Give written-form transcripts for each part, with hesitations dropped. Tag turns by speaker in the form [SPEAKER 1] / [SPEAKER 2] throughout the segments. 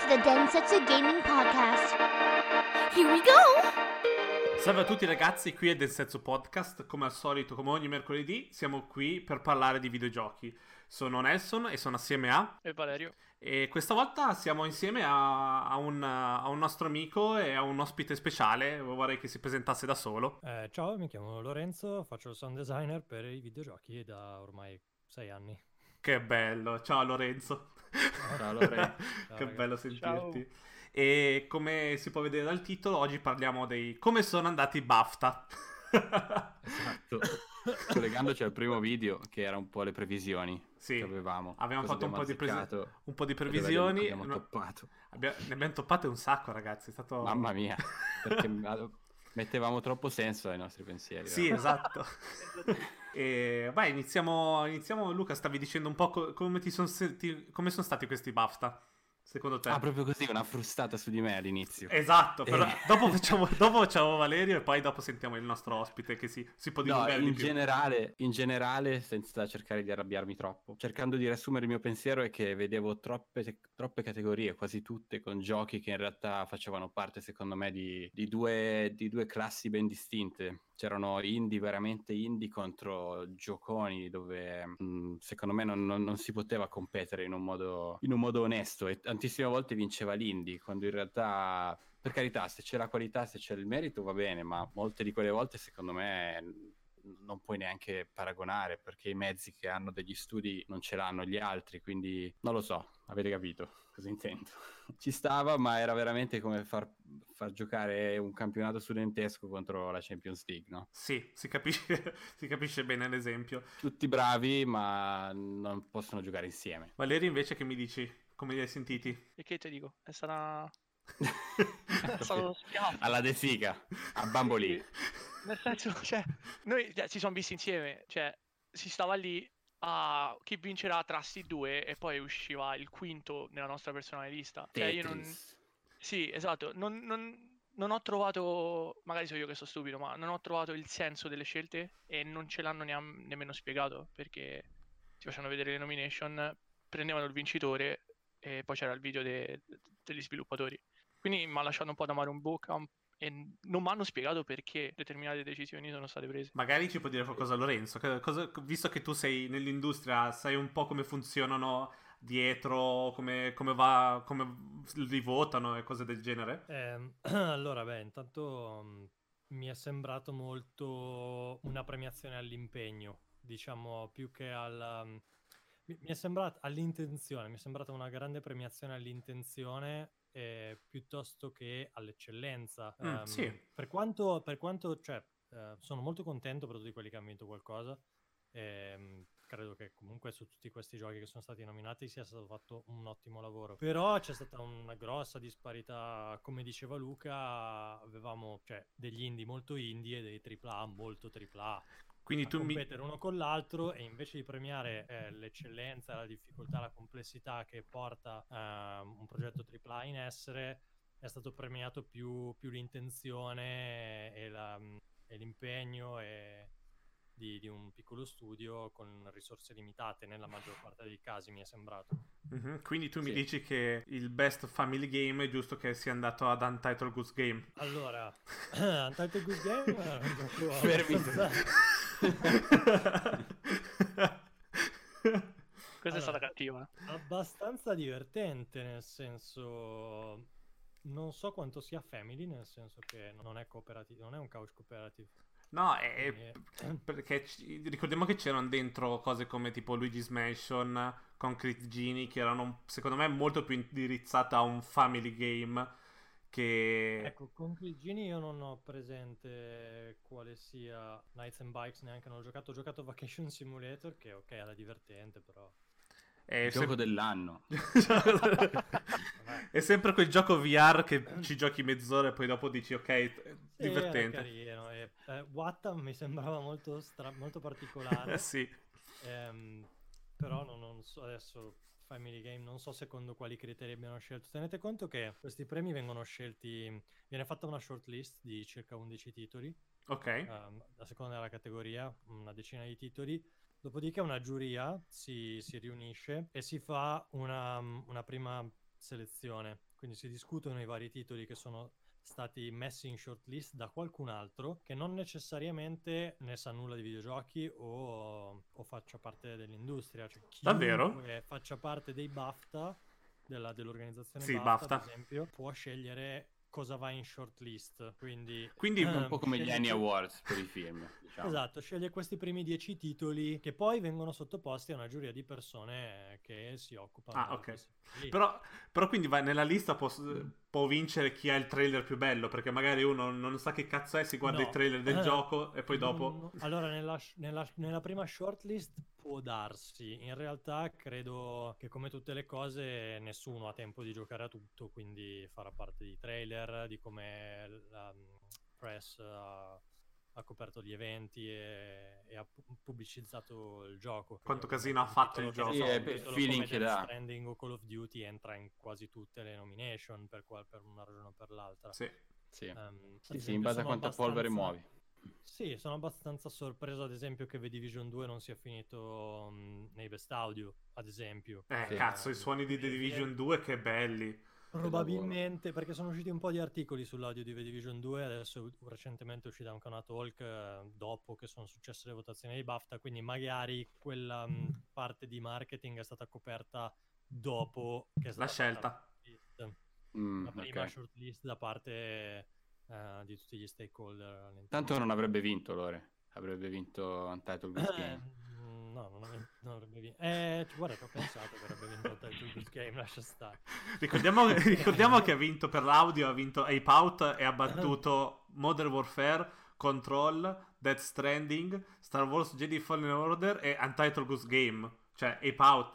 [SPEAKER 1] to the Densetsu Gaming Podcast. Here we go!
[SPEAKER 2] Salve a tutti ragazzi, qui è Densetsu Podcast. Come al solito, come ogni mercoledì, siamo qui per parlare di videogiochi. Sono Nelson e sono assieme a...
[SPEAKER 3] E Valerio.
[SPEAKER 2] E questa volta siamo insieme a un nostro amico e a un ospite speciale. Vorrei che si presentasse da solo.
[SPEAKER 4] Ciao, mi chiamo Lorenzo, faccio il sound designer per i videogiochi da ormai 6 anni.
[SPEAKER 2] Che bello, ciao Lorenzo.
[SPEAKER 4] Ciao
[SPEAKER 2] Lorenzo.
[SPEAKER 4] Ciao,
[SPEAKER 2] Che
[SPEAKER 4] ragazzi.
[SPEAKER 2] bello sentirti.
[SPEAKER 3] Ciao.
[SPEAKER 2] E come si può vedere dal titolo, oggi parliamo dei come sono andati i BAFTA.
[SPEAKER 5] Esatto, collegandoci al primo video che era un po' le previsioni
[SPEAKER 2] Sì,
[SPEAKER 5] che avevamo.
[SPEAKER 2] abbiamo
[SPEAKER 5] Cosa
[SPEAKER 2] fatto un
[SPEAKER 5] abbiamo
[SPEAKER 2] po' di
[SPEAKER 5] azzeccato e
[SPEAKER 2] previsioni.
[SPEAKER 5] abbiamo toppato.
[SPEAKER 2] Ne abbiamo toppate un sacco, ragazzi. È stato...
[SPEAKER 5] Mamma mia, perché mettevamo troppo senso ai nostri pensieri.
[SPEAKER 2] Sì, esatto. E vai, iniziamo. Luca, stavi dicendo un po' come sono stati questi BAFTA, secondo te?
[SPEAKER 5] Ah, proprio così, una frustata su di me all'inizio.
[SPEAKER 2] Esatto, però dopo facciamo Valerio e poi dopo sentiamo il nostro ospite che si può
[SPEAKER 5] No,
[SPEAKER 2] dilungare di più.
[SPEAKER 5] in generale, senza cercare di arrabbiarmi troppo, cercando di riassumere il mio pensiero, è che vedevo troppe categorie, quasi tutte, con giochi che in realtà facevano parte, secondo me, di due classi ben distinte. C'erano indie, veramente indie, contro gioconi dove secondo me non si poteva competere in un modo onesto, e tantissime volte vinceva l'indie, quando in realtà, per carità, se c'è la qualità, se c'è il merito va bene, ma molte di quelle volte secondo me non puoi neanche paragonare, perché i mezzi che hanno degli studi non ce l'hanno gli altri, quindi non lo so, avete capito cosa intendo. Ci stava, ma era veramente come far giocare un campionato studentesco contro la Champions League, no?
[SPEAKER 2] Sì, si capisce bene l'esempio.
[SPEAKER 5] Tutti bravi, ma non possono giocare insieme.
[SPEAKER 2] Valerio, invece, che mi dici? Come li hai sentiti?
[SPEAKER 3] E che te dico? È stata uno schiaffo.
[SPEAKER 5] Alla De Sica, a Bambolì.
[SPEAKER 3] Sì. Nel senso, cioè, noi ci siamo visti insieme, cioè, si stava lì a chi vincerà tra sti due e poi usciva il quinto nella nostra personale lista. Cioè, io non...
[SPEAKER 5] Tetris.
[SPEAKER 3] Sì, esatto, non ho trovato, magari sono io che sto stupido, ma non ho trovato il senso delle scelte e non ce l'hanno nemmeno spiegato, perché ti facevano vedere le nomination, prendevano il vincitore e poi c'era il video degli sviluppatori. Quindi mi ha lasciato un po' da amaro in bocca e non mi hanno spiegato perché determinate decisioni sono state prese.
[SPEAKER 2] Magari ci può dire qualcosa Lorenzo, visto che tu sei nell'industria, sai un po' come funzionano dietro, come va, come li votano e cose del genere?
[SPEAKER 4] Allora, intanto mi è sembrato molto una premiazione all'impegno, diciamo, più che mi è sembrata all'intenzione, mi è sembrata una grande premiazione all'intenzione piuttosto che all'eccellenza.
[SPEAKER 2] Sì.
[SPEAKER 4] Per quanto cioè, sono molto contento per tutti quelli che hanno vinto qualcosa. Credo che comunque su tutti questi giochi che sono stati nominati sia stato fatto un ottimo lavoro. Però c'è stata una grossa disparità, come diceva Luca, avevamo degli indie molto indie e dei AAA molto AAA.
[SPEAKER 2] Quindi tu
[SPEAKER 4] competere uno con l'altro, e invece di premiare l'eccellenza, la difficoltà, la complessità che porta un progetto AAA in essere, è stato premiato più l'intenzione e l'impegno di un piccolo studio con risorse limitate nella maggior parte dei casi, mi è sembrato.
[SPEAKER 2] Quindi tu mi
[SPEAKER 5] Sì.
[SPEAKER 2] dici che il best family game è giusto che sia andato ad Untitled Goose Game.
[SPEAKER 4] Allora, Untitled Goose Game è un gioco
[SPEAKER 5] Fermi.
[SPEAKER 3] Questa è stata cattiva.
[SPEAKER 4] abbastanza divertente, nel senso, non so quanto sia family, nel senso che non è cooperativo, non è un couch cooperative.
[SPEAKER 2] No, perché ricordiamo che c'erano dentro cose come tipo Luigi's Mansion, Concrete Genie, che erano secondo me molto più indirizzate a un family game che...
[SPEAKER 4] Ecco, con Gini io non ho presente quale sia Nights and Bikes, neanche non ho giocato Vacation Simulator, che ok, era divertente, però...
[SPEAKER 2] È
[SPEAKER 5] Gioco dell'anno.
[SPEAKER 2] È sempre quel gioco VR che ci giochi mezz'ora e poi dopo dici ok, divertente.
[SPEAKER 4] Era carino. Watta mi sembrava molto particolare.
[SPEAKER 2] Sì.
[SPEAKER 4] Però non so adesso, Family Game, non so secondo quali criteri abbiano scelto. Tenete conto che questi premi vengono scelti, viene fatta una shortlist di circa 11 titoli,
[SPEAKER 2] Ok.
[SPEAKER 4] a seconda della categoria, una decina di titoli. Dopodiché una giuria si riunisce e si fa una prima selezione. quindi si discutono i vari titoli che sono stati messi in shortlist da qualcun altro che non necessariamente ne sa nulla di videogiochi o faccia parte dell'industria, cioè
[SPEAKER 2] Davvero?
[SPEAKER 4] chiunque faccia parte dei BAFTA, dell'organizzazione
[SPEAKER 2] Sì,
[SPEAKER 4] BAFTA, ad
[SPEAKER 2] BAFTA.
[SPEAKER 4] esempio, può scegliere cosa va in shortlist, quindi
[SPEAKER 2] Quindi
[SPEAKER 5] È un po' come gli
[SPEAKER 4] sceglie
[SPEAKER 5] Annie Awards per i film, diciamo.
[SPEAKER 4] Esatto, sceglie questi primi 10 titoli che poi vengono sottoposti a una giuria di persone che si occupano di
[SPEAKER 2] ok.
[SPEAKER 4] questi titoli.
[SPEAKER 2] Però quindi nella lista può vincere chi ha il trailer più bello, perché magari uno non sa che cazzo è, si guarda
[SPEAKER 4] No.
[SPEAKER 2] il trailer del gioco e poi dopo...
[SPEAKER 4] Allora, nella prima shortlist può darsi. In realtà credo che come tutte le cose nessuno ha tempo di giocare a tutto, quindi farà parte di trailer, di come la press ha coperto gli eventi e ha pubblicizzato il gioco.
[SPEAKER 2] Quanto
[SPEAKER 4] Quindi,
[SPEAKER 2] casino ha fatto il gioco.
[SPEAKER 5] Sì,
[SPEAKER 4] un
[SPEAKER 5] è
[SPEAKER 4] titolo
[SPEAKER 5] feeling
[SPEAKER 4] come
[SPEAKER 5] che
[SPEAKER 4] Death
[SPEAKER 5] dà.
[SPEAKER 4] Stranding o Call of Duty entra in quasi tutte le nomination per una ragione o per l'altra.
[SPEAKER 2] Sì.
[SPEAKER 5] Sì,
[SPEAKER 4] Ad
[SPEAKER 5] sì, in
[SPEAKER 4] esempio,
[SPEAKER 5] base a
[SPEAKER 4] sono
[SPEAKER 5] quanta polvere
[SPEAKER 4] abbastanza-
[SPEAKER 5] muovi.
[SPEAKER 4] Sì, sono abbastanza sorpreso, ad esempio, che The Division 2 non sia finito nei best audio, ad esempio.
[SPEAKER 5] Sì.
[SPEAKER 2] Cazzo, i suoni di The Division 2 che belli.
[SPEAKER 4] Probabilmente, perché sono usciti un po' di articoli sull'audio di The Division 2, adesso recentemente è uscita anche una talk dopo che sono successe le votazioni dei BAFTA, quindi magari quella parte di marketing è stata coperta dopo che è stata
[SPEAKER 2] La
[SPEAKER 4] fatta
[SPEAKER 2] scelta.
[SPEAKER 4] la shortlist. La prima
[SPEAKER 5] Ok.
[SPEAKER 4] shortlist da parte di tutti gli stakeholder all'interno.
[SPEAKER 5] Tanto non avrebbe vinto, Lore. Avrebbe vinto Untitled Goose Game.
[SPEAKER 4] No, non avrebbe vinto. Guarda, ci ho pensato che avrebbe vinto il Good Game, lascia stare.
[SPEAKER 2] Ricordiamo che ha vinto per l'audio, ha vinto Ape Out e ha battuto Modern Warfare, Control, Death Stranding, Star Wars Jedi Fallen Order e Untitled Goose Game. Cioè, Ape Out.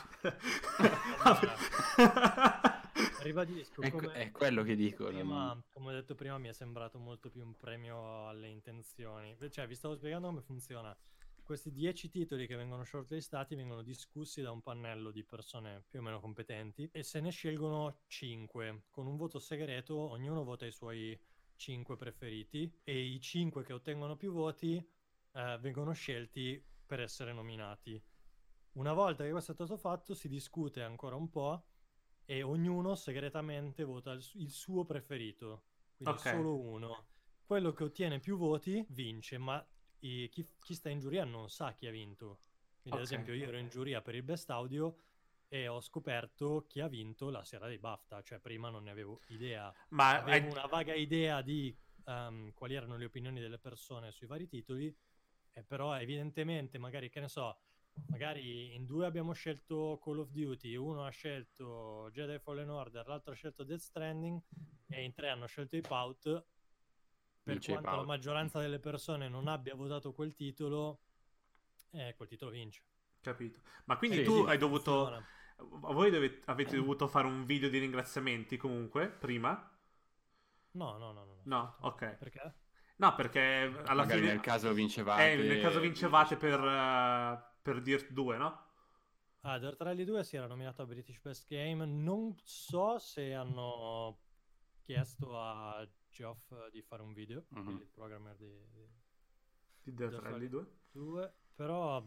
[SPEAKER 4] Ribadisco,
[SPEAKER 5] È quello che dico.
[SPEAKER 4] come ho detto prima, mi è sembrato molto più un premio alle intenzioni. Cioè, vi stavo spiegando come funziona. Questi 10 titoli che vengono shortlistati vengono discussi da un pannello di persone più o meno competenti e se ne scelgono 5. Con un voto segreto, ognuno vota i suoi 5 preferiti e i 5 che ottengono più voti vengono scelti per essere nominati. Una volta che questo è stato fatto, si discute ancora un po' e ognuno segretamente vota il suo preferito, quindi
[SPEAKER 2] Ok.
[SPEAKER 4] solo uno. Quello che ottiene più voti vince, ma chi sta in giuria non sa chi ha vinto. Quindi, ad
[SPEAKER 2] Ok.
[SPEAKER 4] esempio, io ero in giuria per il best audio e ho scoperto chi ha vinto la sera dei BAFTA, cioè prima non ne avevo idea.
[SPEAKER 2] Ma
[SPEAKER 4] Avevo una vaga idea di quali erano le opinioni delle persone sui vari titoli, però evidentemente, magari, che ne so, magari in 2 abbiamo scelto Call of Duty, uno ha scelto Jedi Fallen Order, l'altro ha scelto Death Stranding e in 3 hanno scelto Ape Out. Per
[SPEAKER 5] Vince
[SPEAKER 4] quanto
[SPEAKER 5] Ape
[SPEAKER 4] la
[SPEAKER 5] Out.
[SPEAKER 4] maggioranza delle persone non abbia votato quel titolo vince.
[SPEAKER 2] capito. Ma quindi
[SPEAKER 5] Sì,
[SPEAKER 2] tu
[SPEAKER 5] sì,
[SPEAKER 2] hai dovuto...
[SPEAKER 4] funziona.
[SPEAKER 2] Voi avete dovuto fare un video di ringraziamenti comunque, prima?
[SPEAKER 4] No.
[SPEAKER 2] No, ok.
[SPEAKER 4] Perché?
[SPEAKER 2] No, perché alla
[SPEAKER 5] Magari
[SPEAKER 2] fine...
[SPEAKER 5] nel caso vincevate.
[SPEAKER 2] nel caso vincevate per Dirt 2, no?
[SPEAKER 4] Dirt Rally 2 si era nominato a British Best Game. Non so se hanno chiesto a Geoff di fare un video, il programmer di
[SPEAKER 2] Di Dirt Rally 2.
[SPEAKER 4] però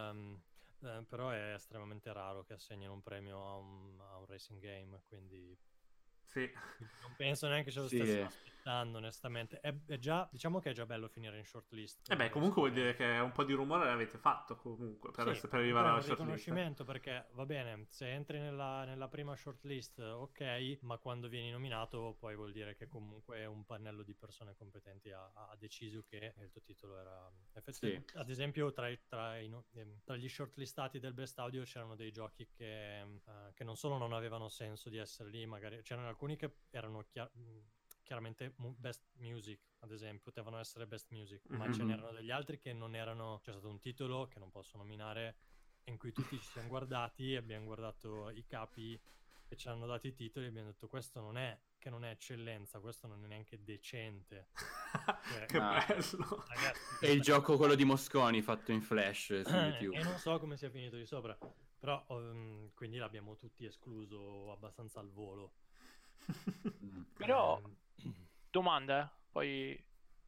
[SPEAKER 4] è estremamente raro che assegnino un premio a un racing game, quindi
[SPEAKER 2] Sì.
[SPEAKER 4] non penso neanche ce lo
[SPEAKER 5] Sì.
[SPEAKER 4] stessero aspettando, onestamente. È già, diciamo che è già bello finire in shortlist.
[SPEAKER 2] E beh, comunque vuol dire che un po' di rumore l'avete fatto comunque per,
[SPEAKER 4] Sì,
[SPEAKER 2] per arrivare
[SPEAKER 4] è
[SPEAKER 2] alla
[SPEAKER 4] un
[SPEAKER 2] shortlist.
[SPEAKER 4] riconoscimento perché va bene, se entri nella prima shortlist, ok, ma quando vieni nominato poi vuol dire che comunque un pannello di persone competenti ha deciso che il tuo titolo era effettivamente.
[SPEAKER 5] Sì.
[SPEAKER 4] Ad esempio, tra gli shortlistati del Best Audio c'erano dei giochi che non solo non avevano senso di essere lì, magari c'erano alcuni che erano chiaramente Best Music, ad esempio, potevano essere Best Music, ma ce n'erano degli altri che non erano. C'è stato un titolo che non posso nominare in cui tutti ci siamo guardati, abbiamo guardato i capi che ci hanno dato i titoli e abbiamo detto questo non è eccellenza, questo non è neanche decente. Cioè,
[SPEAKER 2] Che bello.
[SPEAKER 4] ragazzi,
[SPEAKER 5] È il gioco quello di Mosconi fatto in Flash su YouTube.
[SPEAKER 4] e non so come sia finito di sopra, però quindi l'abbiamo tutti escluso abbastanza al volo.
[SPEAKER 3] Però, domanda, poi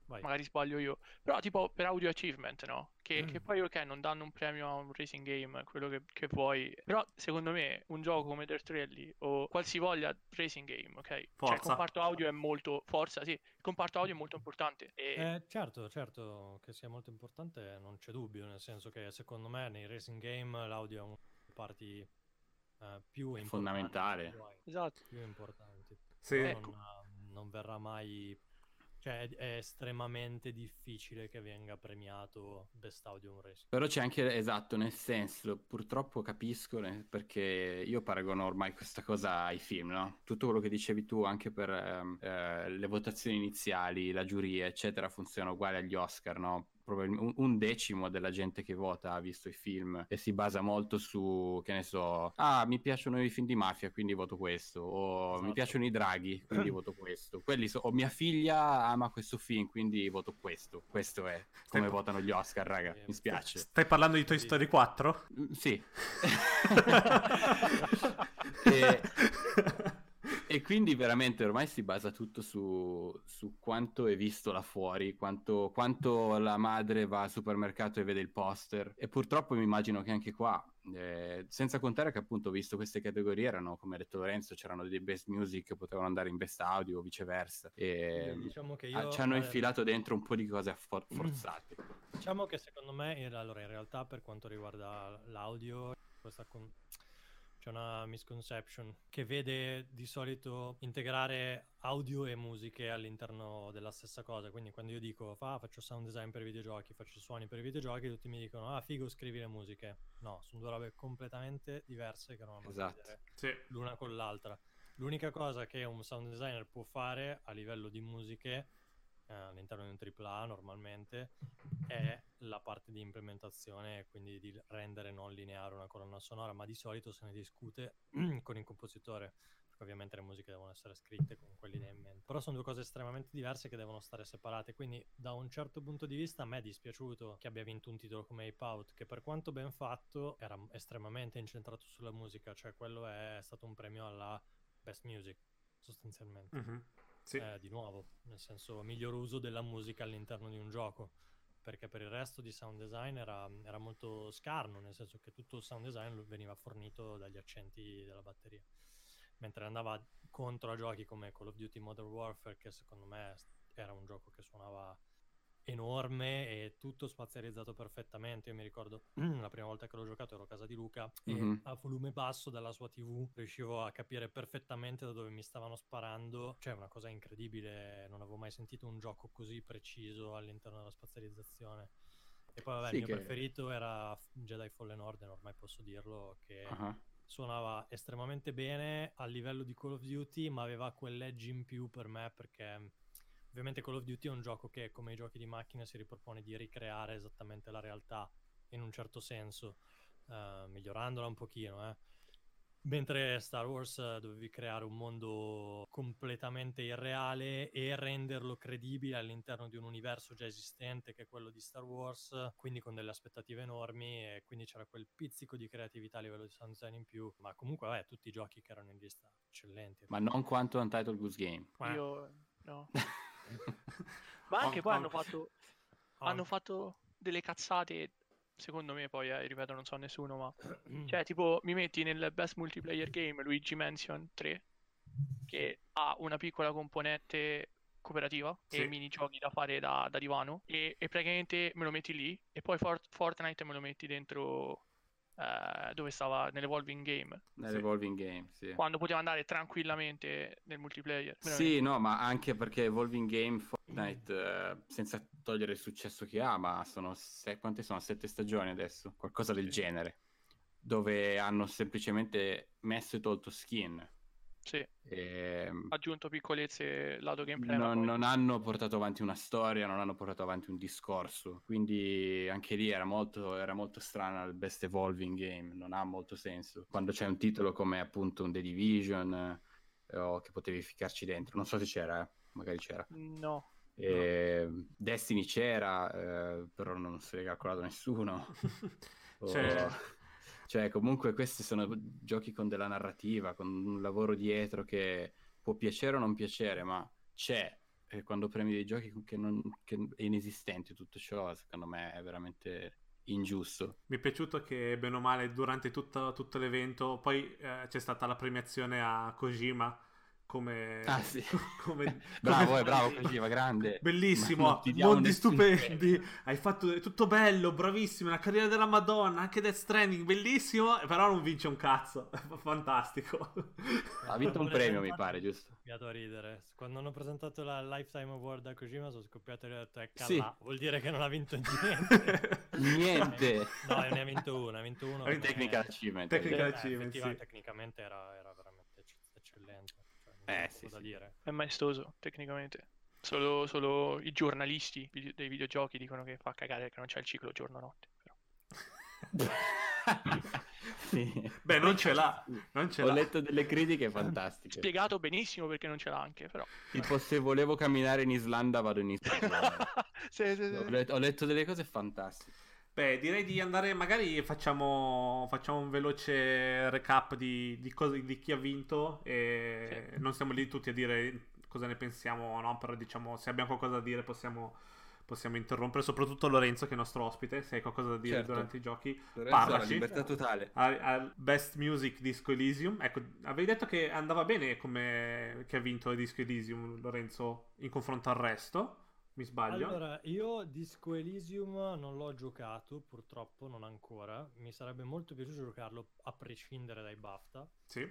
[SPEAKER 4] Vai.
[SPEAKER 3] magari sbaglio io, però tipo per audio achievement, no? Che poi ok, non danno un premio a un racing game, quello che vuoi, però secondo me un gioco come Dirt Rally o qualsivoglia racing game, ok? Cioè il
[SPEAKER 2] Forza.
[SPEAKER 3] comparto audio è molto, forza, sì, il comparto audio è molto importante e
[SPEAKER 4] Certo che sia molto importante, non c'è dubbio, nel senso che secondo me nei racing game l'audio è una delle parti più
[SPEAKER 5] È
[SPEAKER 4] importanti
[SPEAKER 5] fondamentale.
[SPEAKER 4] dei giochi,
[SPEAKER 3] esatto.
[SPEAKER 4] più importanti.
[SPEAKER 2] Sì.
[SPEAKER 4] Però non verrà mai, cioè è estremamente difficile che venga premiato Best Audio in Racing.
[SPEAKER 5] Però c'è anche, esatto, nel senso, purtroppo capisco, perché io paragono ormai questa cosa ai film, no? Tutto quello che dicevi tu anche per le votazioni iniziali, la giuria, eccetera, funziona uguale agli Oscar, no? Un decimo della gente che vota ha visto i film e si basa molto su, che ne so, mi piacciono i film di mafia, quindi voto questo, o
[SPEAKER 4] Esatto.
[SPEAKER 5] mi piacciono i draghi, quindi voto questo. O mia figlia ama questo film, quindi voto questo. Questo è come votano gli Oscar, raga, mi spiace.
[SPEAKER 2] Stai parlando di Toy Story 4?
[SPEAKER 5] Sì. E quindi veramente ormai si basa tutto su quanto è visto là fuori, quanto la madre va al supermercato e vede il poster. E purtroppo mi immagino che anche qua, senza contare che appunto, visto queste categorie, erano, come ha detto Lorenzo, c'erano dei best music che potevano andare in best audio o viceversa. E
[SPEAKER 4] Diciamo che
[SPEAKER 5] ci hanno infilato dentro un po' di cose forzate.
[SPEAKER 4] Diciamo che secondo me, allora, in realtà per quanto riguarda l'audio, c'è una misconception che vede di solito integrare audio e musiche all'interno della stessa cosa. Quindi quando io dico faccio sound design per i videogiochi, faccio suoni per i videogiochi, tutti mi dicono figo, scrivi le musiche. No, sono due robe completamente diverse che non hanno a che vedere l'una con l'altra. L'unica cosa che un sound designer può fare a livello di musiche all'interno di un AAA normalmente è la parte di implementazione, quindi di rendere non lineare una colonna sonora, ma di solito se ne discute con il compositore, perché ovviamente le musiche devono essere scritte con quell'idea in mente. Però sono due cose estremamente diverse che devono stare separate, quindi da un certo punto di vista a me è dispiaciuto che abbia vinto un titolo come Ape Out, che per quanto ben fatto era estremamente incentrato sulla musica, cioè quello è stato un premio alla Best Music sostanzialmente.
[SPEAKER 2] Mm-hmm. Sì.
[SPEAKER 4] Di nuovo, nel senso miglior uso della musica all'interno di un gioco, perché per il resto di sound design era molto scarno, nel senso che tutto il sound design veniva fornito dagli accenti della batteria, mentre andava contro a giochi come Call of Duty Modern Warfare, che secondo me era un gioco che suonava enorme e tutto spazializzato perfettamente. Io mi ricordo la prima volta che l'ho giocato ero a casa di Luca e a volume basso dalla sua TV riuscivo a capire perfettamente da dove mi stavano sparando, cioè una cosa incredibile, non avevo mai sentito un gioco così preciso all'interno della spazializzazione. E poi vabbè, il mio preferito era Jedi Fallen Order, ormai posso dirlo, che suonava estremamente bene a livello di Call of Duty, ma aveva quell'edge in più per me, perché ovviamente Call of Duty è un gioco che, come i giochi di macchina, si ripropone di ricreare esattamente la realtà, in un certo senso, migliorandola un pochino, Mentre Star Wars dovevi creare un mondo completamente irreale e renderlo credibile all'interno di un universo già esistente che è quello di Star Wars, quindi con delle aspettative enormi, e quindi c'era quel pizzico di creatività a livello di sound design in più. Ma comunque tutti i giochi che erano in lista eccellenti.
[SPEAKER 5] Ma non quanto Untitled Goose Game.
[SPEAKER 3] Io no. Ma anche poi hanno fatto delle cazzate, secondo me, poi ripeto, non so nessuno, ma cioè tipo mi metti nel Best Multiplayer Game Luigi Mansion 3, che ha una piccola componente cooperativa e minigiochi da fare da divano, e praticamente me lo metti lì, e poi Fortnite me lo metti dentro dove stava nell'Evolving Game.
[SPEAKER 5] Nell'Evolving Game, sì.
[SPEAKER 3] Quando poteva andare tranquillamente nel multiplayer.
[SPEAKER 5] Sì, no, ma anche perché Evolving Game, Fortnite, senza togliere il successo che ha, ma quante sono? 7 stagioni adesso? Qualcosa del genere. Dove hanno semplicemente messo e tolto skin.
[SPEAKER 3] Sì, aggiunto piccolezze lato gameplay.
[SPEAKER 5] Non hanno portato avanti una storia, non hanno portato avanti un discorso, quindi anche lì era molto strana il Best Evolving Game, non ha molto senso quando c'è un titolo come appunto un The Division o che potevi ficcarci dentro. Non so se c'era, magari c'era.
[SPEAKER 3] No.
[SPEAKER 5] Destiny c'era, però non se l'è calcolato nessuno. Cioè, comunque questi sono giochi con della narrativa, con un lavoro dietro che può piacere o non piacere, ma c'è. quando premi dei giochi che è inesistente tutto ciò, secondo me è veramente ingiusto.
[SPEAKER 2] Mi è piaciuto che, bene o male, durante tutto l'evento, poi c'è stata la premiazione a Kojima come...
[SPEAKER 5] Ah sì,
[SPEAKER 2] come
[SPEAKER 5] bravo Kojima, grande.
[SPEAKER 2] Bellissimo,
[SPEAKER 5] Ma non ti diamo
[SPEAKER 2] mondi
[SPEAKER 5] nessun
[SPEAKER 2] stupendi,
[SPEAKER 5] premio.
[SPEAKER 2] hai fatto tutto bello, bravissimo, la carriera della Madonna, anche Death Stranding, bellissimo, però non vince un cazzo, fantastico.
[SPEAKER 5] Ha vinto un premio, mi pare, giusto?
[SPEAKER 4] Mi ha fatto ridere. Quando hanno presentato la Lifetime Award a Kojima sono scoppiato e ho detto
[SPEAKER 5] Sì.
[SPEAKER 4] callà, vuol dire che non ha vinto niente.
[SPEAKER 5] Niente.
[SPEAKER 4] No, ne ha vinto uno, perché-
[SPEAKER 5] Technical achievement.
[SPEAKER 2] Technical achievement,
[SPEAKER 4] effettivamente,
[SPEAKER 2] sì.
[SPEAKER 4] tecnicamente era veramente eccellente. Cioè, non c'è
[SPEAKER 5] Sì,
[SPEAKER 4] poco da
[SPEAKER 5] sì.
[SPEAKER 4] dire.
[SPEAKER 3] È maestoso, tecnicamente. Solo i giornalisti dei videogiochi dicono che fa cagare perché non c'è il ciclo giorno-notte. Però.
[SPEAKER 5] Sì.
[SPEAKER 2] Beh, non ce l'ha, non ce
[SPEAKER 5] Ho
[SPEAKER 2] l'ha.
[SPEAKER 5] letto delle critiche fantastiche.
[SPEAKER 3] Spiegato benissimo perché non ce l'ha anche, però.
[SPEAKER 5] Tipo, se volevo camminare in Islanda, vado in Islanda. Ho letto delle cose fantastiche.
[SPEAKER 2] Beh, direi di andare, magari facciamo un veloce recap di chi ha vinto e
[SPEAKER 3] Sì.
[SPEAKER 2] non stiamo lì tutti a dire cosa ne pensiamo, no? Però diciamo, se abbiamo qualcosa da dire possiamo interrompere, soprattutto Lorenzo che è il nostro ospite, se hai qualcosa da dire
[SPEAKER 5] Certo.
[SPEAKER 2] durante i giochi,
[SPEAKER 5] Lorenzo ha la
[SPEAKER 2] parlaci.
[SPEAKER 5] libertà totale.
[SPEAKER 2] Al Best Music Disco Elysium, ecco, avevi detto che andava bene come che ha vinto il Disco Elysium, Lorenzo, in confronto al resto, mi sbaglio?
[SPEAKER 4] Allora, io Disco Elysium non l'ho giocato, purtroppo, non ancora. Mi sarebbe molto piaciuto giocarlo a prescindere dai BAFTA.
[SPEAKER 2] Sì.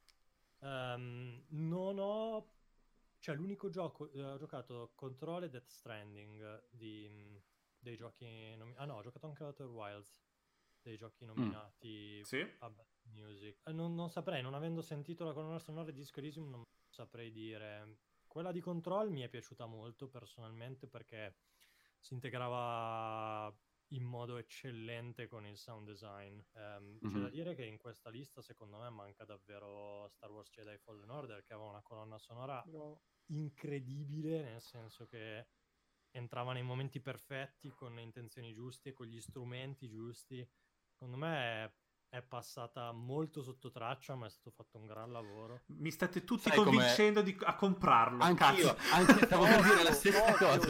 [SPEAKER 4] Non ho... Cioè, l'unico gioco... ho giocato Control e Death Stranding dei giochi... Ah no, ho giocato anche Outer Wilds, dei giochi nominati
[SPEAKER 2] Sì.
[SPEAKER 4] a Best Music. Non saprei, non avendo sentito la colonna sonora di Disco Elysium, non saprei dire... Quella di Control mi è piaciuta molto personalmente perché si integrava in modo eccellente con il sound design. C'è da dire che in questa lista secondo me manca davvero Star Wars Jedi Fallen Order, che aveva una colonna sonora incredibile, nel senso che entrava nei momenti perfetti, con le intenzioni giuste, con gli strumenti giusti. Secondo me è passata molto sotto traccia, ma è stato fatto un gran lavoro.
[SPEAKER 2] Mi state tutti
[SPEAKER 5] Sai
[SPEAKER 2] convincendo a comprarlo.
[SPEAKER 5] Anch'io,
[SPEAKER 2] cazzo.
[SPEAKER 5] stavo per dire la stessa cosa.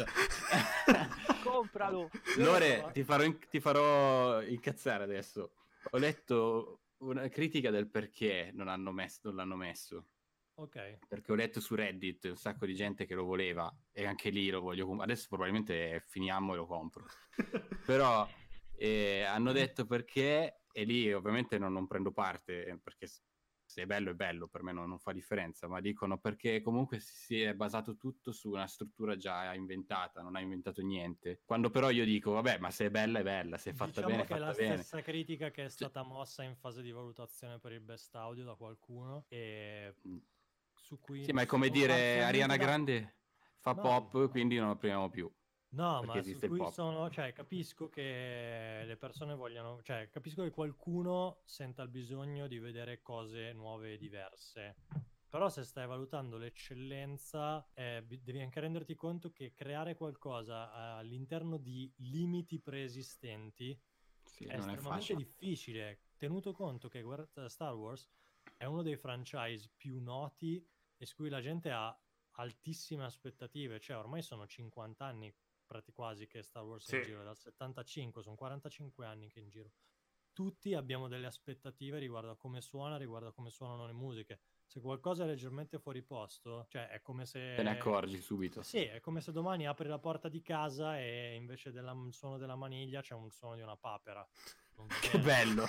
[SPEAKER 3] Compralo!
[SPEAKER 5] Lore, ti farò incazzare adesso. Ho letto una critica del perché non l'hanno messo.
[SPEAKER 4] Ok.
[SPEAKER 5] Perché ho letto su Reddit un sacco di gente che lo voleva e anche lì lo voglio comprare. Adesso probabilmente finiamo e lo compro. Però hanno detto perché, e lì ovviamente non prendo parte, perché se è bello, per me non fa differenza, ma dicono perché comunque si è basato tutto su una struttura già inventata, non ha inventato niente. Quando però io dico, vabbè, ma se è bella, se è fatta
[SPEAKER 4] Diciamo
[SPEAKER 5] bene, è
[SPEAKER 4] che è
[SPEAKER 5] fatta
[SPEAKER 4] la
[SPEAKER 5] bene.
[SPEAKER 4] stessa critica che è stata mossa in fase di valutazione per il best audio da qualcuno e su cui
[SPEAKER 5] Sì, ma è come
[SPEAKER 4] sono
[SPEAKER 5] dire
[SPEAKER 4] parzialmente
[SPEAKER 5] Ariana Grande fa
[SPEAKER 4] No,
[SPEAKER 5] pop,
[SPEAKER 4] no.
[SPEAKER 5] quindi non lo premiamo più.
[SPEAKER 4] No,
[SPEAKER 5] perché
[SPEAKER 4] ma
[SPEAKER 5] esiste
[SPEAKER 4] su
[SPEAKER 5] il
[SPEAKER 4] cui
[SPEAKER 5] pop.
[SPEAKER 4] sono, cioè, capisco che le persone vogliano, cioè, capisco che qualcuno senta il bisogno di vedere cose nuove e diverse. Però se stai valutando l'eccellenza, devi anche renderti conto che creare qualcosa all'interno di limiti preesistenti
[SPEAKER 5] Sì,
[SPEAKER 4] è
[SPEAKER 5] non è
[SPEAKER 4] estremamente
[SPEAKER 5] facile.
[SPEAKER 4] difficile, tenuto conto che Star Wars è uno dei franchise più noti e su cui la gente ha altissime aspettative, cioè ormai sono 50 anni quasi che Star Wars è in
[SPEAKER 2] Sì.
[SPEAKER 4] giro, dal 75, sono 45 anni che è in giro. Tutti abbiamo delle aspettative riguardo a come suona, riguardo a come suonano le musiche. Se qualcosa è leggermente fuori posto, cioè è come se...
[SPEAKER 5] Te ne accorgi subito.
[SPEAKER 4] Sì, è come se domani apri la porta di casa e invece del suono della maniglia c'è un suono di una papera. Non va
[SPEAKER 5] Che
[SPEAKER 4] bene.
[SPEAKER 5] bello.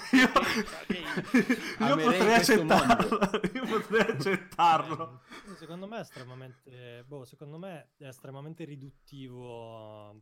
[SPEAKER 2] Io
[SPEAKER 5] Amerei
[SPEAKER 2] potrei
[SPEAKER 5] questo
[SPEAKER 2] accettarlo. Io potrei accettarlo.
[SPEAKER 4] Secondo me è estremamente riduttivo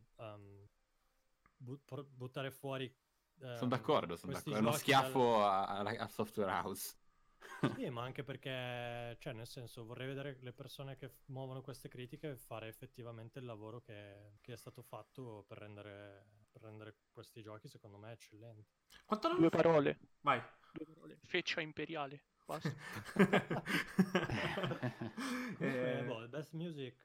[SPEAKER 4] buttare fuori
[SPEAKER 5] Sono d'accordo.
[SPEAKER 4] questi
[SPEAKER 5] È uno
[SPEAKER 4] giochi
[SPEAKER 5] schiaffo a Software House.
[SPEAKER 4] Sì, ma anche perché, cioè, nel senso, vorrei vedere le persone che muovono queste critiche fare effettivamente il lavoro che è stato fatto per rendere questi giochi, secondo me, eccellenti.
[SPEAKER 2] Quanto
[SPEAKER 3] Due parole.
[SPEAKER 2] Vai.
[SPEAKER 3] Feccia imperiale. Basta.
[SPEAKER 4] Comunque, il Best Music,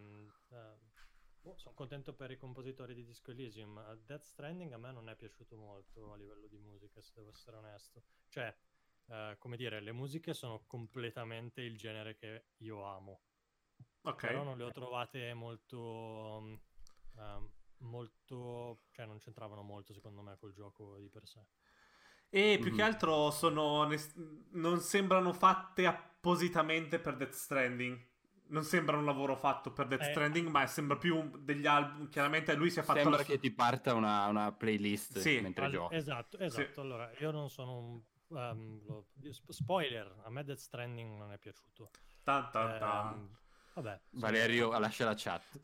[SPEAKER 4] sono contento per i compositori di Disco Elysium. Death Stranding a me non è piaciuto molto a livello di musica, se devo essere onesto. Cioè, come dire, le musiche sono completamente il genere che io amo.
[SPEAKER 2] Ok.
[SPEAKER 4] però non le ho trovate molto, cioè non c'entravano molto secondo me col gioco di per sé.
[SPEAKER 2] E più che
[SPEAKER 5] Mhm.
[SPEAKER 2] altro non sembrano fatte appositamente per Death Stranding. Non sembra un lavoro fatto per Death Stranding, ma sembra più degli album. Chiaramente lui si è fatto
[SPEAKER 5] Sembra che ti parta una playlist
[SPEAKER 2] Sì.
[SPEAKER 5] mentre giochi.
[SPEAKER 4] Esatto.
[SPEAKER 2] Sì.
[SPEAKER 4] Allora, io non sono un spoiler, a me Death Stranding non è piaciuto.
[SPEAKER 2] Tan tan tan.
[SPEAKER 4] Vabbè,
[SPEAKER 5] Valerio lascia la chat.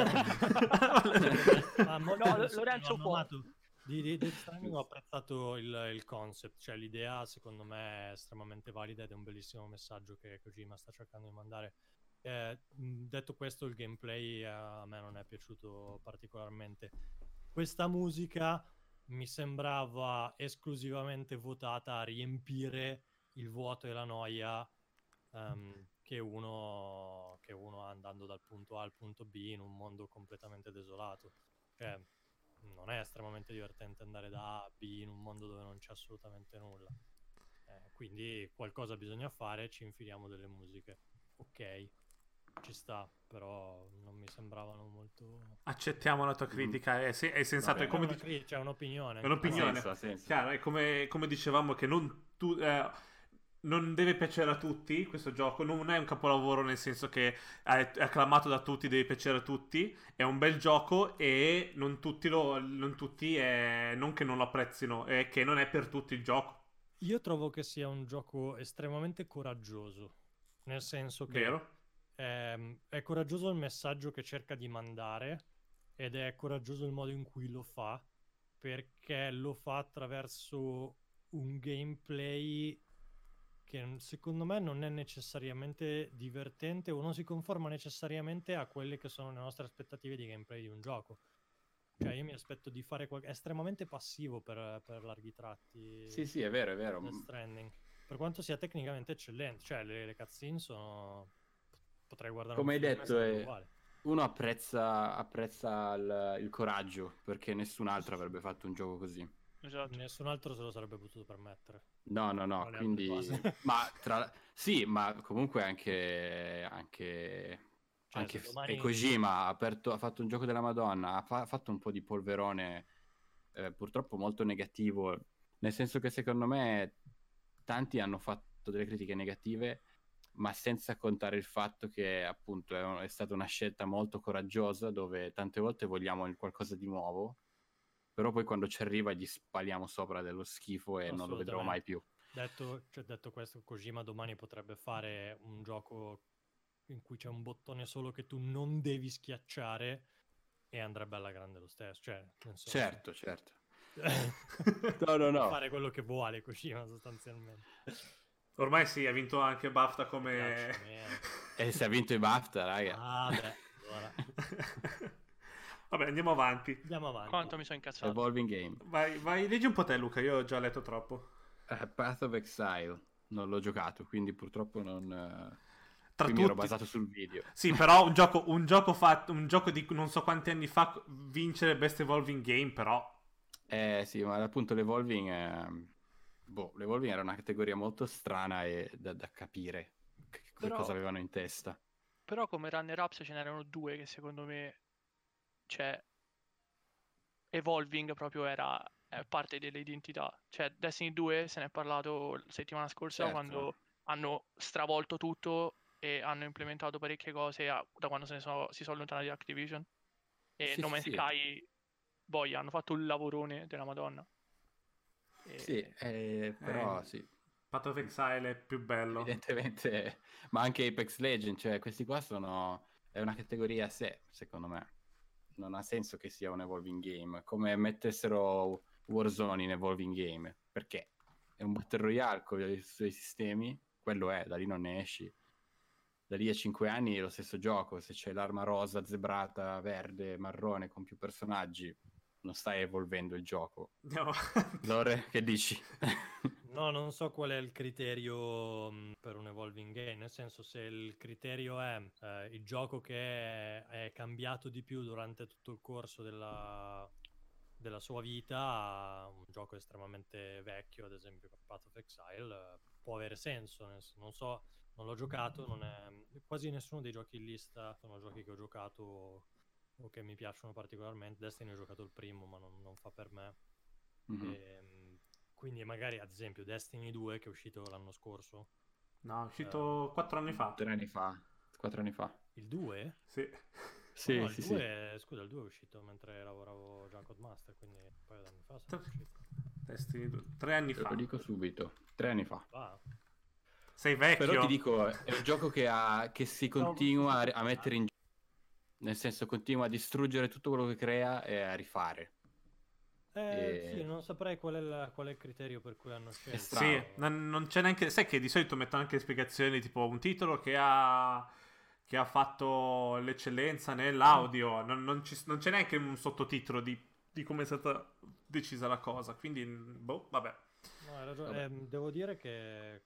[SPEAKER 4] ma molte
[SPEAKER 3] No,
[SPEAKER 4] persone
[SPEAKER 3] Lorenzo
[SPEAKER 4] lo hanno
[SPEAKER 3] può.
[SPEAKER 4] amato. Di Death Stranding ho apprezzato il concept, cioè l'idea secondo me è estremamente valida ed è un bellissimo messaggio che Kojima sta cercando di mandare. Detto questo, il gameplay a me non è piaciuto particolarmente. Questa musica mi sembrava esclusivamente votata a riempire il vuoto e la noia che uno ha andando dal punto A al punto B in un mondo completamente desolato. Cioè, non è estremamente divertente andare da A a B in un mondo dove non c'è assolutamente nulla. Quindi qualcosa bisogna fare, ci infiliamo delle musiche. Ok, ci sta, però non mi sembravano molto...
[SPEAKER 2] Accettiamo la tua critica, è sensato.
[SPEAKER 5] Vabbè.
[SPEAKER 2] È come
[SPEAKER 4] c'è un'opinione.
[SPEAKER 2] è un'opinione.
[SPEAKER 5] Ha senso.
[SPEAKER 2] Chiaro, è come dicevamo che non deve piacere a tutti questo gioco, non è un capolavoro nel senso che è acclamato da tutti, deve piacere a tutti, è un bel gioco e non tutti non che non lo apprezzino, è che non è per tutti il gioco,
[SPEAKER 4] Io trovo che sia un gioco estremamente coraggioso, nel senso che
[SPEAKER 2] vero?
[SPEAKER 4] è coraggioso il messaggio che cerca di mandare ed è coraggioso il modo in cui lo fa, perché lo fa attraverso un gameplay che secondo me non è necessariamente divertente o non si conforma necessariamente a quelle che sono le nostre aspettative di gameplay di un gioco. Cioè io mi aspetto di fare è estremamente passivo per larghi tratti.
[SPEAKER 5] Sì, è vero, è vero.
[SPEAKER 4] Death Stranding. Per quanto sia tecnicamente eccellente, cioè le cutscene sono... Potrei guardare
[SPEAKER 5] Come
[SPEAKER 4] un
[SPEAKER 5] hai
[SPEAKER 4] film e
[SPEAKER 5] detto,
[SPEAKER 4] sarebbe uguale.
[SPEAKER 5] uno apprezza il coraggio, perché nessun altro avrebbe fatto un gioco così.
[SPEAKER 3] Esatto.
[SPEAKER 4] Nessun altro se lo sarebbe potuto permettere.
[SPEAKER 5] No,
[SPEAKER 4] Tra le altre
[SPEAKER 5] quindi...
[SPEAKER 4] cose.
[SPEAKER 5] Sì, ma comunque anche
[SPEAKER 4] Cioè, se domani...
[SPEAKER 5] Kojima ha fatto un gioco della Madonna, ha fatto un po' di polverone, purtroppo molto negativo, nel senso che secondo me tanti hanno fatto delle critiche negative, ma senza contare il fatto che appunto è stata una scelta molto coraggiosa, dove tante volte vogliamo qualcosa di nuovo, però poi quando ci arriva gli spaliamo sopra dello schifo e non lo vedremo mai più.
[SPEAKER 4] Detto questo, Kojima domani potrebbe fare un gioco in cui c'è un bottone solo che tu non devi schiacciare e andrebbe alla grande lo stesso. Cioè, nel senso...
[SPEAKER 5] Certo.
[SPEAKER 4] Può
[SPEAKER 5] No.
[SPEAKER 4] fare quello che vuole Kojima sostanzialmente.
[SPEAKER 2] Ormai sì, ha vinto anche BAFTA come...
[SPEAKER 5] E se ha vinto i BAFTA, raga.
[SPEAKER 4] Ah, beh, allora.
[SPEAKER 2] Vabbè, andiamo avanti.
[SPEAKER 3] Quanto mi sono incazzato.
[SPEAKER 5] Evolving Game.
[SPEAKER 2] Vai, leggi un po' te, Luca. Io ho già letto troppo.
[SPEAKER 5] Path of Exile. Non l'ho giocato, quindi purtroppo non...
[SPEAKER 2] Tra
[SPEAKER 5] Quindi ero basato sul video.
[SPEAKER 2] Sì, però un gioco fatto, un gioco di non so quanti anni fa vincere Best Evolving Game, però...
[SPEAKER 5] Sì, ma appunto l'Evolving... l'Evolving era una categoria molto strana e da capire che cosa avevano in testa.
[SPEAKER 3] Però come runner-ups ce n'erano due che secondo me... Cioè... Evolving proprio era parte delle identità. Cioè Destiny 2 se ne è parlato la settimana scorsa,
[SPEAKER 5] Certo.
[SPEAKER 3] quando hanno stravolto tutto e hanno implementato parecchie cose da quando si sono allontanati da Activision. E
[SPEAKER 5] Sì,
[SPEAKER 3] No Man's
[SPEAKER 5] sì.
[SPEAKER 3] Sky, boia, hanno fatto un lavorone della Madonna.
[SPEAKER 5] Sì, però sì.
[SPEAKER 2] Path of Exile è più bello.
[SPEAKER 5] Evidentemente, ma anche Apex Legends, cioè questi qua è una categoria a sé, secondo me. Non ha senso che sia un evolving game, come mettessero Warzone in evolving game, perché è un battle royale con i suoi sistemi, quello è, da lì non ne esci. Da lì a 5 anni è lo stesso gioco, se c'è l'arma rosa, zebrata, verde, marrone con più personaggi, non stai evolvendo il gioco.
[SPEAKER 2] Andiamo.
[SPEAKER 5] Lore, che dici?
[SPEAKER 4] No, non so qual è il criterio per un evolving game, nel senso, se il criterio è il gioco che è cambiato di più durante tutto il corso della sua vita a un gioco estremamente vecchio, ad esempio Path of Exile, può avere senso. Non so, non l'ho giocato, quasi nessuno dei giochi in lista sono giochi che ho giocato o che mi piacciono particolarmente. Destiny ho giocato il primo, ma non fa per me. Quindi magari ad esempio Destiny 2 che è uscito l'anno scorso.
[SPEAKER 2] No, è uscito 4 anni fa.
[SPEAKER 5] 3 anni fa, 4 anni fa.
[SPEAKER 4] Il 2?
[SPEAKER 2] Sì.
[SPEAKER 5] Sì,
[SPEAKER 4] no,
[SPEAKER 5] sì,
[SPEAKER 4] il
[SPEAKER 5] sì.
[SPEAKER 4] 2, scusa, il 2 è uscito mentre lavoravo già a Codemaster, quindi un paio d'anni fa sono uscito.
[SPEAKER 2] Destiny 2, 3 anni
[SPEAKER 5] Te
[SPEAKER 2] fa.
[SPEAKER 5] lo dico subito, 3 anni fa.
[SPEAKER 4] Va.
[SPEAKER 2] Sei vecchio.
[SPEAKER 5] Però ti dico, è un gioco che si continua a mettere in gioco. Nel senso, continua a distruggere tutto quello che crea e a rifare.
[SPEAKER 4] Sì, non saprei qual è il criterio per cui hanno scelto.
[SPEAKER 2] Sì, non c'è neanche. Sai che di solito mettono anche spiegazioni tipo un titolo che ha fatto l'eccellenza nell'audio. Non c'è neanche un sottotitolo di come è stata decisa la cosa. Quindi, boh, vabbè.
[SPEAKER 4] No, hai ragione. Devo dire che